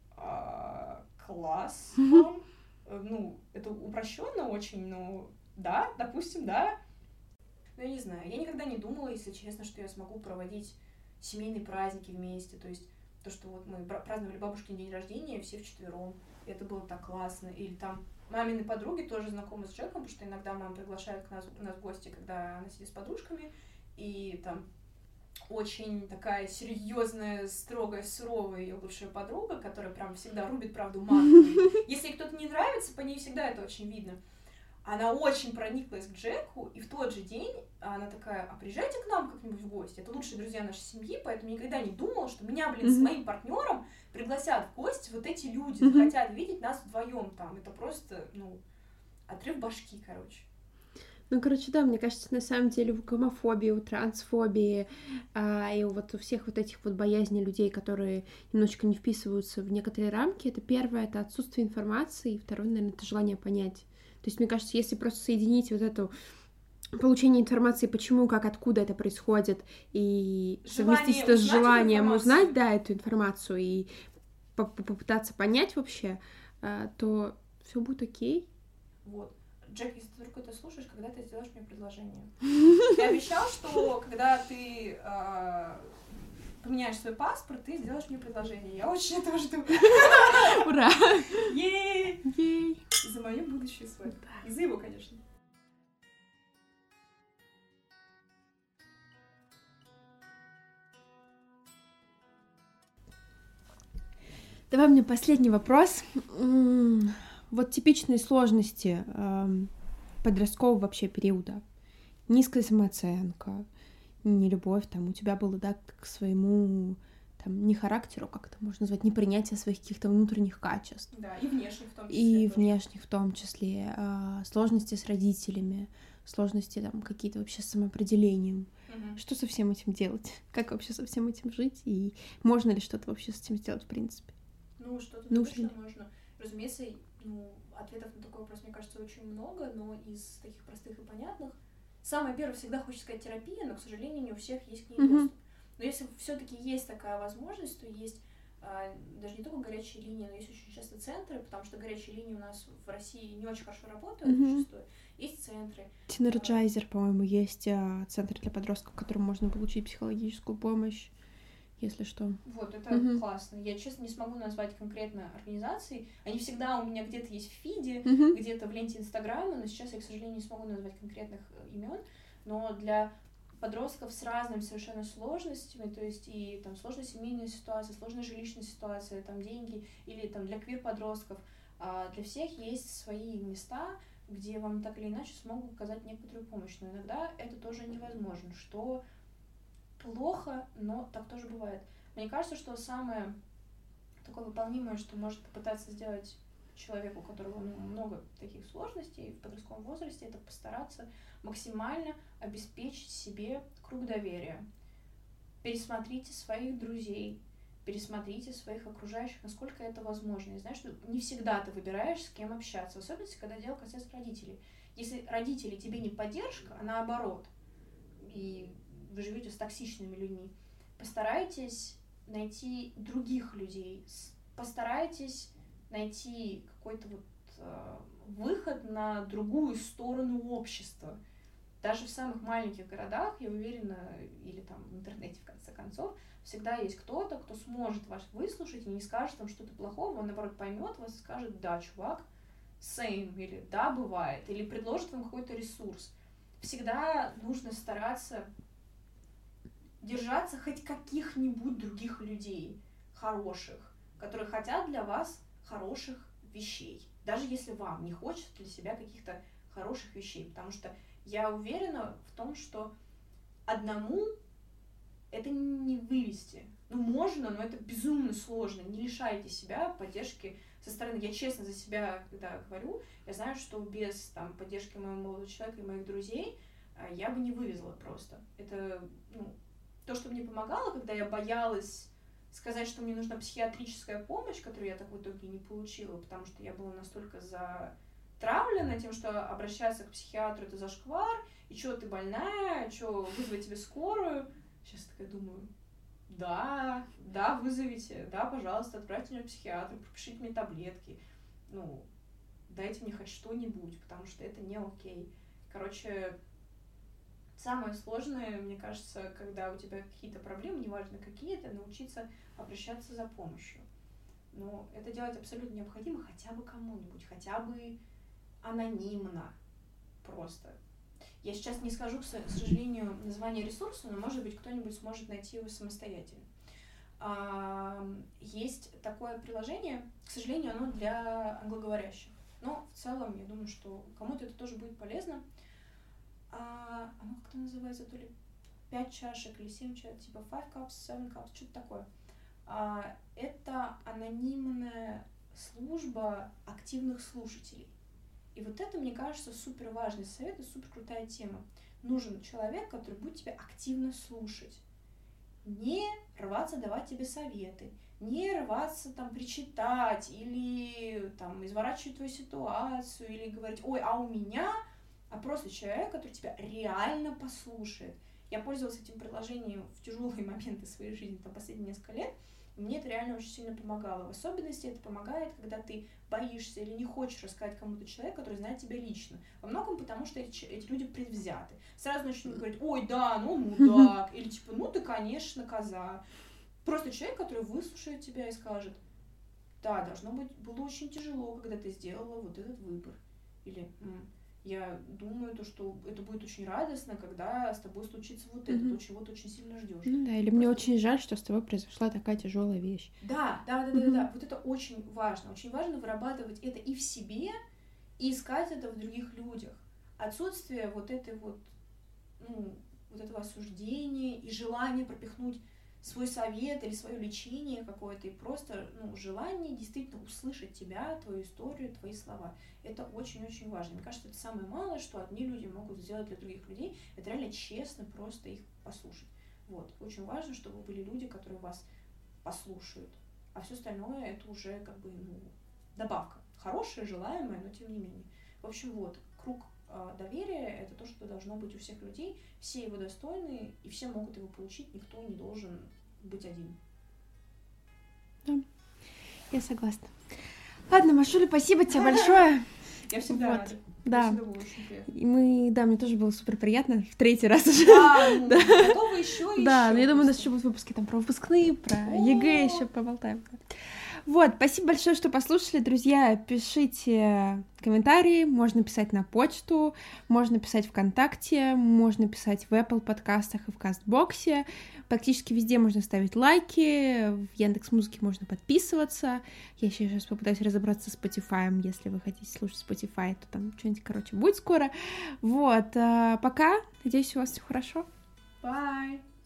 а, класс, мам. Ну, это упрощенно очень, но да, допустим, да. Ну, я не знаю, я никогда не думала, если честно, что я смогу проводить семейные праздники вместе, то есть то, что вот мы праздновали бабушкин день рождения все вчетвером, и это было так классно. Или там мамины подруги тоже знакомы с Джеком, потому что иногда мама приглашает к нас, к нас в гости, когда она сидит с подружками, и там очень такая серьезная, строгая, суровая ее бывшая подруга, которая прям всегда рубит правду матку. Если кто-то не нравится, по ней всегда это очень видно. Она очень прониклась к Джеку, и в тот же день она такая, а приезжайте к нам как-нибудь в гости, это лучшие друзья нашей семьи, поэтому никогда не думала, что меня, блин, mm-hmm. с моим партнером пригласят в гости вот эти люди, mm-hmm. захотят видеть нас вдвоем там. Это просто, ну, отрыв башки, короче. Ну, короче, да, мне кажется, на самом деле у гомофобии, у трансфобии а, и вот у всех вот этих вот боязней людей, которые немножечко не вписываются в некоторые рамки, это первое, это отсутствие информации, и второе, наверное, это желание понять. То есть, мне кажется, если просто соединить вот эту получение информации, почему, как, откуда это происходит, и желание совместить это с желанием узнать, да, эту информацию и попытаться понять вообще, то все будет окей. Вот. Джек, если ты вдруг это слушаешь, когда ты сделаешь мне предложение? Ты обещал, что когда ты поменяешь свой паспорт, ты сделаешь мне предложение. Я очень этого жду. Ура! Ей! Ей! За мою будущую свадьбу. И за его, конечно. Давай мне последний вопрос. Вот типичные сложности подросткового вообще периода. Низкая самооценка, нелюбовь, там, у тебя было, да, к своему, там, не характеру, как это можно назвать, непринятие своих каких-то внутренних качеств. Да, и внешних в том числе. И тоже. внешних в том числе. А, сложности с родителями, сложности, там, какие-то вообще с самоопределением. Угу. Что со всем этим делать? Как вообще со всем этим жить? И можно ли что-то вообще с этим сделать, в принципе? Ну, что-то точно можно. Разумеется, ну, ответов на такой вопрос, мне кажется, очень много, но из таких простых и понятных. Самое первое, всегда хочется сказать терапия, но, к сожалению, не у всех есть к ней доступ. Mm-hmm. Но если все-таки есть такая возможность, то есть а, даже не только горячие линии, но есть очень часто центры, потому что горячие линии у нас в России не очень хорошо работают, mm-hmm. зачастую. Есть центры. Тинерджайзер, а, по-моему, есть а, центр для подростков, в котором можно получить психологическую помощь, если что. Вот, это mm-hmm. классно. Я, честно, не смогу назвать конкретно организации. Они всегда у меня где-то есть в фиде, mm-hmm. где-то в ленте Инстаграма, но сейчас я, к сожалению, не смогу назвать конкретных имен. Но для подростков с разными совершенно сложностями, то есть и там сложная семейная ситуация, сложная жилищная ситуация, там деньги, или там для квир-подростков, а для всех есть свои места, где вам так или иначе смогут оказать некоторую помощь. Но иногда это тоже невозможно, что плохо, но так тоже бывает. Мне кажется, что самое такое выполнимое, что может попытаться сделать человеку, у которого ну, много таких сложностей в подростковом возрасте, это постараться максимально обеспечить себе круг доверия. Пересмотрите своих друзей, пересмотрите своих окружающих, насколько это возможно. И знаешь, что не всегда ты выбираешь, с кем общаться, особенно когда дело касается родителей. Если родители тебе не поддержка, а наоборот, и вы живете с токсичными людьми, постарайтесь найти других людей, постарайтесь найти какой-то вот э, выход на другую сторону общества. даже в самых маленьких городах, я уверена, или там в интернете, в конце концов, всегда есть кто-то, кто сможет вас выслушать и не скажет вам что-то плохого, он, наоборот, поймет вас и скажет: да, чувак, same, или да, бывает, или предложит вам какой-то ресурс. Всегда нужно стараться держаться хоть каких-нибудь других людей, хороших, которые хотят для вас хороших вещей, даже если вам не хочется для себя каких-то хороших вещей, потому что я уверена в том, что одному это не вывести. Ну, можно, но это безумно сложно. Не лишайте себя поддержки со стороны. Я честно за себя, когда говорю, я знаю, что без там, поддержки моего молодого человека и моих друзей я бы не вывезла просто. Это, ну, то, что мне помогало, когда я боялась сказать, что мне нужна психиатрическая помощь, которую я так в итоге не получила, потому что я была настолько затравлена тем, что обращаться к психиатру — это зашквар, и что, ты больная, что, вызвать тебе скорую? Сейчас такая думаю: да, да, вызовите, да, пожалуйста, отправьте меня к психиатру, пропишите мне таблетки, ну, дайте мне хоть что-нибудь, потому что это не окей. Короче, самое сложное, мне кажется, когда у тебя какие-то проблемы, неважно какие, это научиться обращаться за помощью. Но это делать абсолютно необходимо хотя бы кому-нибудь, хотя бы анонимно просто. Я сейчас не скажу, к сожалению, название ресурса, но, может быть, кто-нибудь сможет найти его самостоятельно. Есть такое приложение, к сожалению, оно для англоговорящих, но в целом, я думаю, что кому-то это тоже будет полезно. А, оно как-то называется, то ли пять чашек или семь чашек, типа five cups, seven cups, что-то такое. А, это анонимная служба активных слушателей. И вот это, мне кажется, супер важный совет и супер крутая тема. Нужен человек, который будет тебя активно слушать. Не рваться давать тебе советы, не рваться там причитать или там изворачивать твою ситуацию, или говорить: ой, а у меня... а просто человек, который тебя реально послушает. Я пользовалась этим приложением в тяжелые моменты своей жизни, там, последние несколько лет, и мне это реально очень сильно помогало. В особенности это помогает, когда ты боишься или не хочешь рассказать кому-то человеку, который знает тебя лично. Во многом потому, что эти, эти люди предвзяты. Сразу начнут говорить: ой, да, ну мудак, или типа: ну ты, конечно, коза. Просто человек, который выслушает тебя и скажет: да, должно быть, было очень тяжело, когда ты сделала вот этот выбор. Или... я думаю, то, что это будет очень радостно, когда с тобой случится вот это, mm-hmm. то, чего ты очень сильно ждешь. Ну да, или Просто... мне очень жаль, что с тобой произошла такая тяжелая вещь. Да, да, да, да, mm-hmm. да. Вот это очень важно. Очень важно вырабатывать это и в себе, и искать это в других людях. Отсутствие вот этой вот, ну, вот этого осуждения и желания пропихнуть свой совет или свое лечение какое-то, и просто, ну, желание действительно услышать тебя, твою историю, твои слова. Это очень-очень важно. Мне кажется, это самое малое, что одни люди могут сделать для других людей. Это реально честно просто их послушать. Вот. Очень важно, чтобы были люди, которые вас послушают. А все остальное — это уже как бы, ну, добавка. Хорошая, желаемая, но тем не менее. В общем, вот, круг э, доверия — это то, что должно быть у всех людей. Все его достойны, и все могут его получить. Никто не должен быть один. Да, я согласна. Ладно, Машуля, спасибо тебе большое. Я всегда вот. рада. Да. Всегда было очень приятно. И мы, да, мне тоже было супер приятно. В третий раз уже. Да, ну, да. Готовы еще и Да, еще. но я думаю, у нас еще будут выпуски там про выпускные, про ЕГЭ еще поболтаем. Вот, спасибо большое, что послушали, друзья. Пишите комментарии, можно писать на почту, можно писать ВКонтакте, можно писать в Apple подкастах и в Кастбоксе. Практически везде можно ставить лайки, в Яндекс.Музыке можно подписываться. Я еще сейчас попытаюсь разобраться с Spotify. Если вы хотите слушать Spotify, то там что-нибудь, короче, будет скоро. Вот, пока. Надеюсь, у вас все хорошо. Bye.